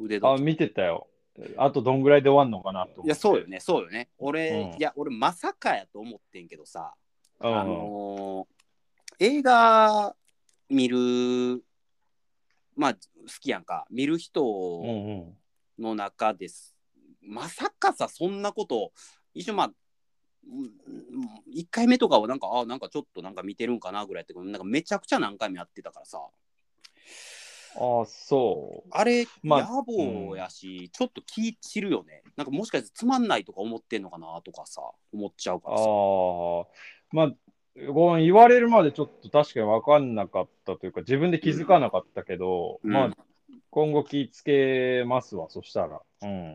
腕時計。 見てたよ。あとどんぐらいで終わんのかなといや、 思って。 そうよね、そうよね。 うん俺まさかやと思ってんけどさ、あうんうんのー映画見る、まあ、好きやんか。見る人うんの中です。まさかさ、そんなこと、一緒まあ、1回目とかはなんか、なんかちょっとなんか見てるんかなぐらいって、なんかめちゃくちゃ何回もやってたからさ、 そあれ、 う。ま野あ、う暮ん。 やし、ちょっと気散るよね。なんかもしかしてつまんないとか思ってんのかなとかさ、思っちゃうからさ。 まあ、言われるまでちょっと確かに分かんなかったというか、自分で気づかなかったけど、 うん。 まあ、 今後気ぃつけますわ、そしたら。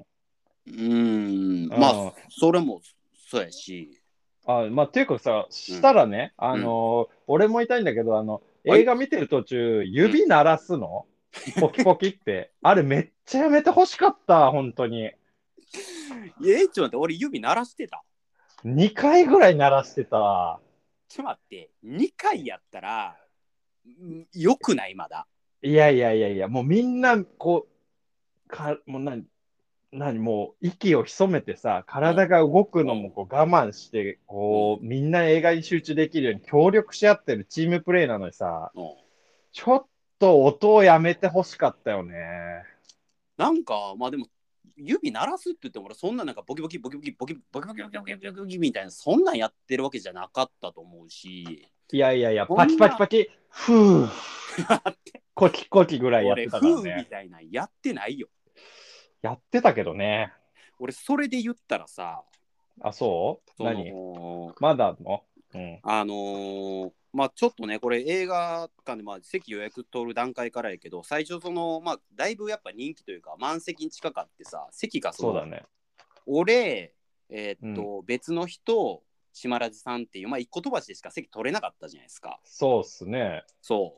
まあ、それもそうやし。 まあ、っていうかさ、 うん。 したらね、 うん。 俺も痛いんだけど、 はい。 映画見てる途中、 うん。 指鳴らすのポキポキって。あれめっちゃやめてほしかった、本当に。 ちょっと待って、俺指鳴らしてた。 2回ぐらい鳴らしてた。 ちょっと待って、2回やったら、よくないまだ。 いやいやいやいや、もうみんな、こう、もうもう息を潜めてさ、 うん。 体が動くのうん。 もこう我慢して、 うん。 こう、みんな映画に集中できるように協力し合ってるチームプレーなのにさ、 うん。 ちょっと音をやめてほしかったよね。 なんか、まあでも、指鳴らすって言っても、俺そんななんかボキボキボキボキボキボキボキボキボキボキボキみたいな、そんなんやってるわけじゃなかったと思うし、 いやいやいや、パキこんな、 パキパキ、ふぅ、コキコキぐらいやっ俺、 てたからね。 フーみたいなんやってないよ。 やってたけどね。 俺、それで言ったらさ、 あ、そうそ何の、 まだあんのうん。 まあちょっとね、これ映画館でまあ席予約取る段階からやけど、最初まあだいぶやっぱ人気というか、満席に近かってさ、席がそうだね。 俺、 うん。 別の人、島ラジさんっていう、まあ一個飛ばしでしか席取れなかったじゃないですか。 そうっすね。 そう。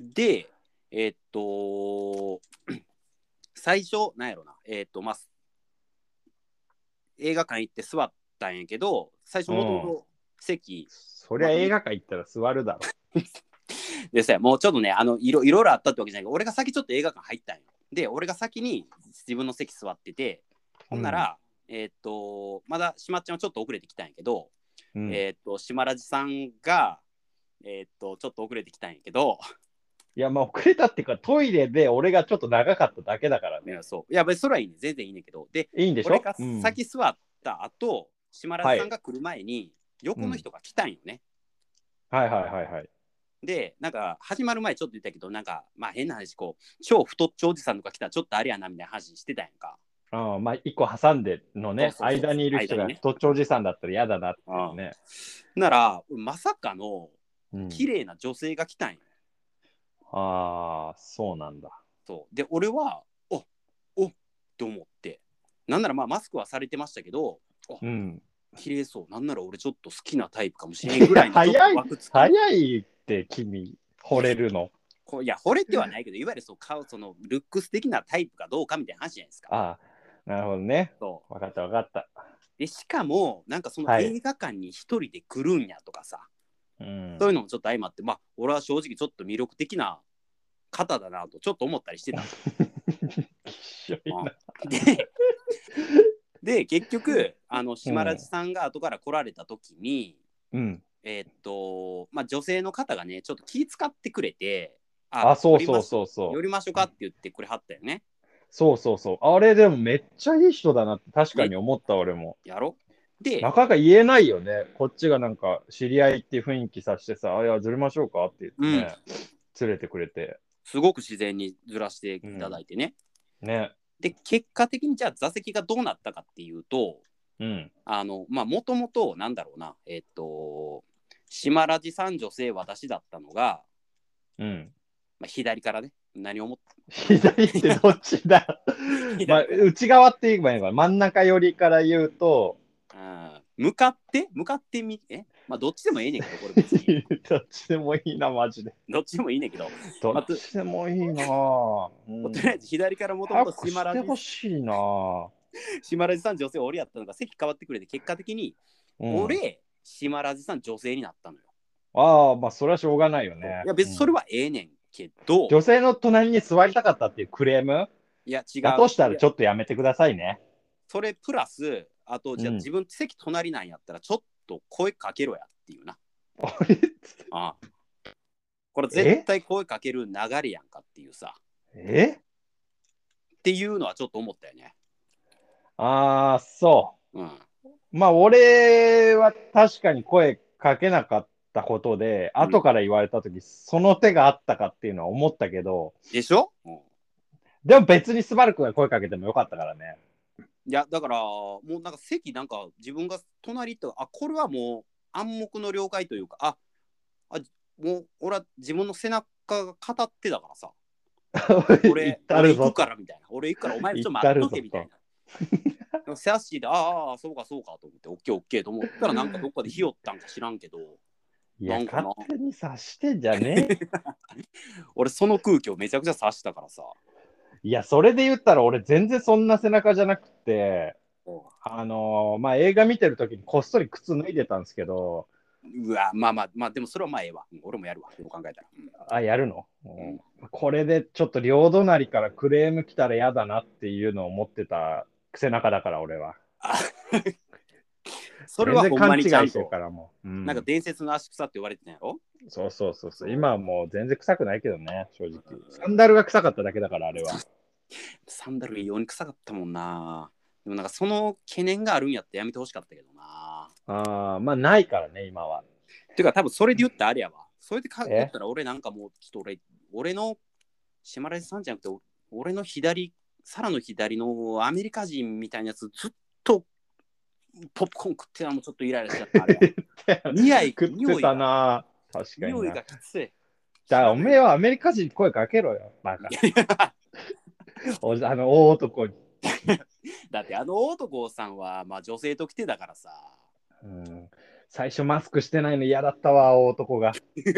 で、えっと、最初、なんやろな、まあ、映画館行って座ったんやけど、最初うん。 もともと席、 そりゃまあ、 映画館行ったら座るだろ。 でさ、もうちょっとね、いろいろあったってわけじゃないけど、俺が先ちょっと映画館入ったんよ。で、俺が先に自分の席座ってて、ほんなうん。 ら、まだしまっちゃんはちょっと遅れてきたんやけど、 うん。 島ラジさんが、ちょっと遅れてきたんやけど、 いや、まあ遅れたっていうか、トイレで俺がちょっと長かっただけだからね。 いや、そう。いや、別にそれはいいね。全然いいねんけど。で、 いいんでし俺がょうん。 先座った後、島ラジはい。 さんが来る前に、横のうん。 人が来たんよね。 はいはいはいはい。 で、なんか、始まる前ちょっと言ったけど、なんか、まあ変な話、こう、超太っちょおじさんとか来たらちょっとあれやな、みたいな話してたやんか。 まあ、一個挟んでのそうね、 そうそうそう、 間にいる人間にね。 が太っちょおじさんだったら嫌だなっていううん。 ね。 なら、まさかの、 うん。 綺麗な女性が来たんよ。 ああ、そうなんだ。 そう。で、俺は、おと思って。なんならまあマスクはされてましたけど、 うん。 綺麗そう。なんなら俺ちょっと好きなタイプかもしれんいや、 ぐらいのちょっと枠付き。 早いって君、惚いや、 れるの。 いや、惚れてはないけど、いわゆるそう顔、ルックス的なタイプかどうかみたいな話じゃないですか。 ああ、なるほどね。 そう。 わかったわかった。 で、しかも、なんかそのはい。 映画館に一人で来るんやとかさ、 うん。 そういうのもちょっと相まって、まあ、俺は正直ちょっと魅力的な方だなと、ちょっと思ったりしてたの。 きしょいな。 で、結局、島ラジうん。 さんが後から来られた時に、 うん。 まあ、女性の方がね、ちょっと気遣ってくれて、 あ、そうそうそうそ寄りましょうかって言ってくれはったよね。 う。そうそうそう。あれでもめっちゃいい人だなって確かね、 に思った俺も。 やろで、 なかなか言えないよね。こっちがなんか知り合いっていう雰囲気さしてさ、いや、ずれましょうかって言ってうん、 ね、連れてくれて。 すごく自然にずらしていただうん。 いてね。 ね。 で、結果的にじゃあ座席がどうなったかっていうと、 うん。 まあ、もともと、なんだろうな、島ラジさん女性私だったのが、 うん。 まあ、左からね、何をも、 左ってどっちだまあ、 左から、 内側って言えばいいのかな。真ん中寄りから言うと、 向かってみ、まあ、どっちでもいいねんけど、これ別に。 どっちでもいいな、マジで。 どっちでもいいねんけど、 どっまあ、 ちでもいいなぁ。うとりあえん。 ず左からもともと早くしてほしいなぁ。 島ラジさん女性俺やったのが席変わってくれて、結果的にうん。 俺、島ラジさん女性になったのよ。 ああ、まあ、それはしょうがないよね。 いや、別にそれうん。 はええねんけど、 女性の隣に座りたかったっていうクレームいや、違う。 だとしたいや、 らちょっとやめてくださいね。 それプラス、あと、じゃあうん。 自分席隣なんやったら、ちょっと声かけろやっていうな。 あれああ、これ絶え対声かける流れやんかっていうさ、 えっていうのはちょっと思ったよね。 ああー、そうん。 う。まあ、俺は確かに声かけなかったことで、 うん。 後から言われたとき、その手があったかっていうのは思ったけど、 でしょ、うん、 でも別にスバル君が声かけてもよかったからね。 いや、だから、もうなんか席なんか自分が隣行ったら、これはもう暗黙の了解というか、もう俺は自分の背中が語ってたからさ。 俺ったるぞ行くからみたいな。俺行くからお前ちょっと待っとけみたいな。でもセアッシーで、ああ、そうかそうかと思って、オッケーオッケーと思ったら、なんかどっかでひよったんか知らんけど、 いや、 なんかな、 勝手に察してんじゃねえ。 俺その空気をめちゃくちゃ察したからさ。 いや、それで言ったら俺全然そんな背中じゃなくて、まあ、映画見てる時にこっそり靴脱いでたんですけど、 うわ、まあまあまあ、でもそれはまあええわ。俺もやるわ。でも考えたら。 あ、やるの、 んこれでちょっと両隣からクレーム来たら嫌だなっていうのを思ってた背中だから俺は。 あそれ全然はほんま勘違いしてるにちゃんと、 からもう。 なんか伝説の足草って言われてたんやろ。 そうそうそうそう。今はもう全然臭くないけどね、正直。サンダルが臭かっただけだから、あれは。 サンダル異様に臭かったもんな。でもなんかその懸念があるんやってやめてほしかったけどな。 ああ、まあないからね、今は。 てか多分それで言ったらあれやわ。それで言ったえら俺なんかもうちょっと俺の島根さんじゃなくて俺の左、サラの左のアメリカ人みたいなやつずっとポップコーン食ってたのもちょっとイライラしちゃったあれは。 食ってたな。確かに匂いな。 がきつい。 じゃあ、おめえはアメリカ人に声かけろよ、バカ。大男に。 だってあの男さんはまあ女性と来てだからさ。 うん、最初マスクしてないの嫌だったわ、大男が。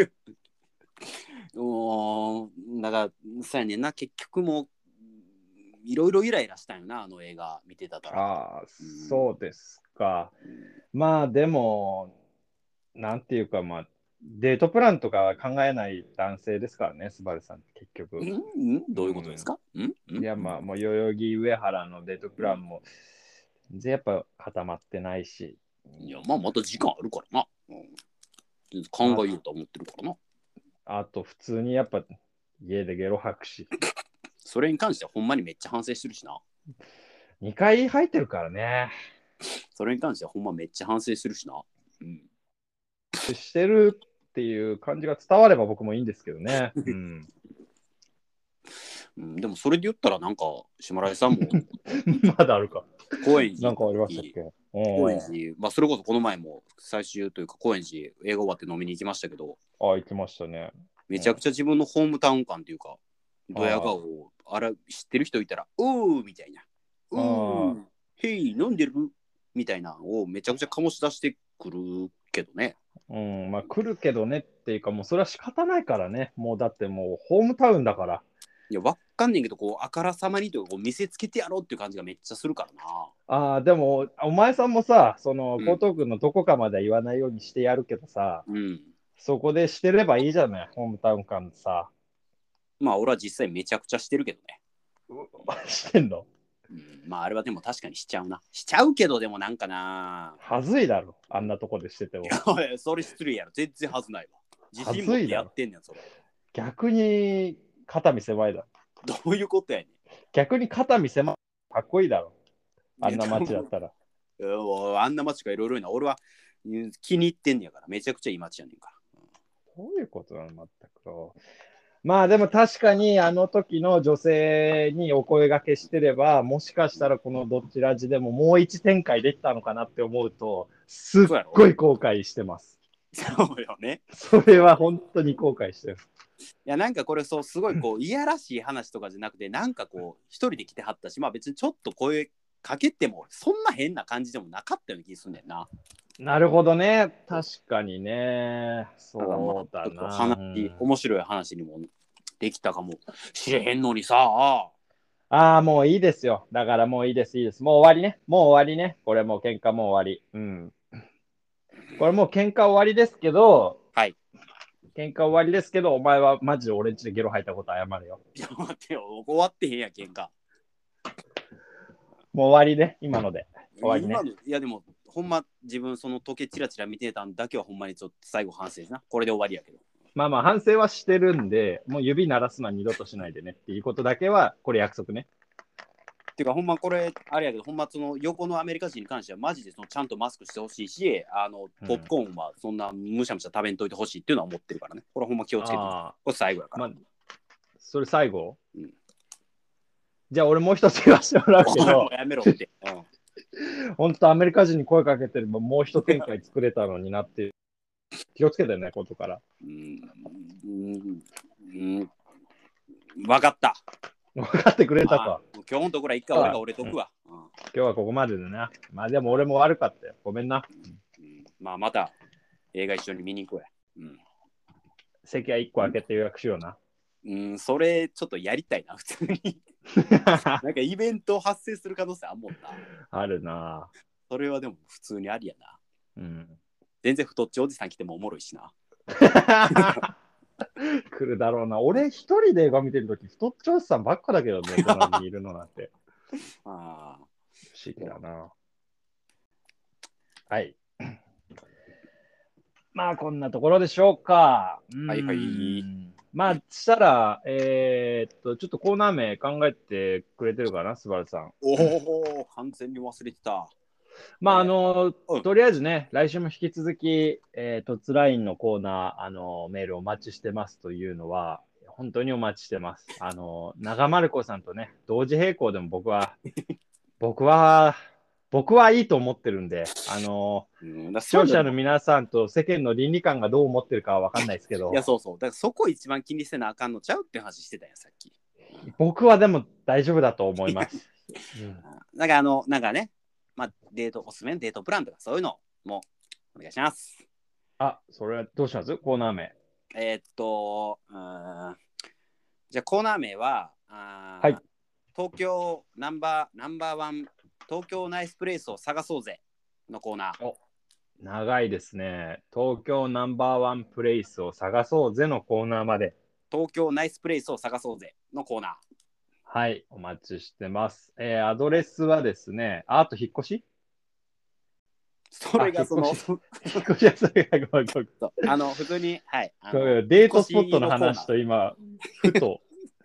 だからそうやねんな、結局もういろいろイライラしたんよな、あの映画見てたから。 ああ、そうですか。まあでも、なんていうか、まあ、デートプランとかは考えない男性ですからね、スバルさんって結局。 どういうことですか？ いや、まあ、もう代々木上原のデートプランも、全然やっぱ固まってないし。 いや、まあまた時間あるからな。考えようと思ってるからな。 あと、普通にやっぱ家でゲロ吐くし。 それに関してはほんまにめっちゃ反省してるしな。 2回吐いてるからね。 それに関してはほんまめっちゃ反省してるしな。 してるっていう感じが伝われば僕もいいんですけどね。 でもそれで言ったらなんか島田さんもまだあるか。 高円寺なんかありましたっけ？ 高円寺、まあそれこそこの前も最終というか高円寺映画終わって飲みに行きましたけど、 行きましたね。 めちゃくちゃ自分のホームタウン感というか、ドヤ顔を知ってる人いたら、おーみたいな、へい、飲んでるみたいなのをめちゃくちゃ醸し出してくるけどね。 まあ来るけどねっていうか、もうそれは仕方ないからね。もうだってもうホームタウンだから。 いや、わかんねんけど、こう、あからさまにというか、こう見せつけてやろうっていう感じがめっちゃするからな。でも、お前さんもさ、その、江東区のどこかまでは言わないようにしてやるけどさ、そこでしてればいいじゃない、ホームタウン感さ。 まあ、俺は実際めちゃくちゃしてるけどね。 してんの？ まあ、あれはでも確かにしちゃうな。しちゃうけど、でもなんかな。 はずいだろ、あんなとこでしてても。 それ失礼やろ。全然はずないわ。自信持ってやってんねん、それ。 逆に肩身狭いだろ。 どういうことやねん。 逆に肩身狭い。かっこいいだろ。あんな街だったら。 あんな街がいろいろな。俺は気に入ってんねやから。めちゃくちゃいい街やねんから。 どういうことなの、全く。まあでも確かにあの時の女性にお声掛けしてれば、もしかしたらこのどちらじでももう一展開できたのかなって思うと、すっごい後悔してます。 そうよね。 それは本当に後悔してる。 いやなんかこれそうすごいこういやらしい話とかじゃなくてなんかこう一人で来てはったし、まあ別にちょっと声かけてもそんな変な感じでもなかったような気すんねんな。 なるほどね。確かにね。そうだな。 面白い話にもできたかもしれへんのにさ。 もういいですよ。だからもういいです、いいです。もう終わりね。もう終わりね。これもう喧嘩もう終わり。これもう喧嘩終わりですけど、 はい。 喧嘩終わりですけど、お前はマジで俺んちでゲロ吐いたこと謝るよ。 いや待ってよ、終わってへんや喧嘩。 もう終わりね、今ので。終わりね。 いやでも、ほんま自分その時計チラチラ見てたんだけはほんまにちょっと最後反省ですな。これで終わりやけど。 まあまあ反省はしてるんで、もう指鳴らすのは二度としないでねっていうことだけは、これ約束ね。 っていうかほんまこれあれやけど、ほんまその横のアメリカ人に関してはマジでそのちゃんとマスクしてほしいし、ポップコーンはそんなむしゃむしゃ食べんといてほしいっていうのは思ってるからね。これほんま気をつけて。これ最後やから。 それ最後？じゃあ俺もう一つ言わせてもらうけど。 やめろって。 本当アメリカ人に声かけてればもう一展開作れたのになって気をつけてね、ことから。 分かった。 分かってくれたか。 今日のところは一回俺が折れとくわ。 今日はここまでだな。まあでも俺も悪かったよ。ごめんな。 まあまた映画一緒に見に行こうや。 席は1個開けて予約しような。 それちょっとやりたいな、普通に。なんかイベント発生する可能性あんもんな。 あるな。 それはでも普通にありやな。 うん。 全然太っちおじさん来てもおもろいしな。 来るだろうな。俺一人で映画見てるとき、太っちょおじさんばっかだけどね、隣にいるのなんて。 ああ。 不思議だな。はい。まあ、こんなところでしょうか。 はいはい。 まあ、したら、ちょっとコーナー名考えてくれてるかな、スバルさん。 おお、完全に忘れてた。 まあ、とりあえずね、来週も引き続き、トツラインのコーナー、メールお待ちしてますというのは、本当にお待ちしてます。長丸子さんとね、同時並行でも僕はいいと思ってるんで、視聴者の皆さんと世間の倫理観がどう思ってるかは分かんないですけど。 いや、そうそう。だからそこ一番気にせなあかんのちゃうって話してたやん、さっき。 僕はでも大丈夫だと思います。 なんかなんかね、まあ、おすすめのデートプランとかそういうのもお願いします。 あ、それはどうしますコーナー名。 じゃあコーナー名は、 はい。 東京ナンバーワン、東京ナイスプレイスを探そうぜのコーナー。 長いですね。東京ナンバーワンプレイスを探そうぜのコーナーまで。 東京ナイスプレイスを探そうぜのコーナー。 はい、お待ちしてます。アドレスはですね、あと引っ越しそれがその、 引っ越しやそれがごめん普通に、はい。 デートスポットの話と今、ふと。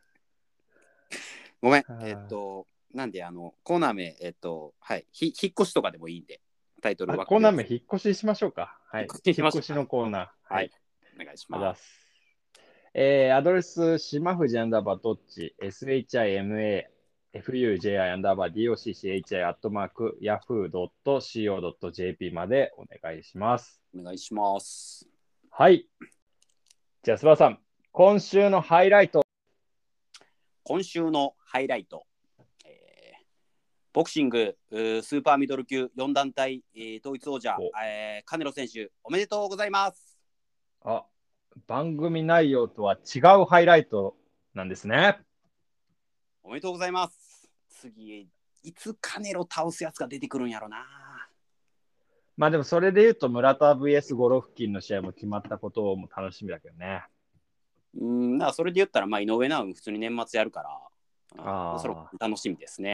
ごめん。なんで、コーナー名、はい。引っ越しとかでもいいんで、タイトルは。 コーナー名、引っ越ししましょうか。はい。 引っ越しのコーナー。 はい。お願いします。 アドレス、島藤アンダーバードッチ、SHIMAFUJI アンダーバー DOCCHI アットマーク Yahoo.co.jp までお願いします。 お願いします。 はい。じゃあ、須田さん、今週のハイライト。 今週のハイライト。ボクシングスーパーミドル級4団体、統一王者、カネロ選手、おめでとうございます。 番組内容とは違うハイライトなんですね。 おめでとうございます。次、いつカネロ倒すやつが出てくるんやろな。 まあでもそれで言うと村田 VS ゴロフキンの試合も決まったことも楽しみだけどね。 だからそれで言ったら、井上尚弥普通に年末やるから、それ楽しみですね。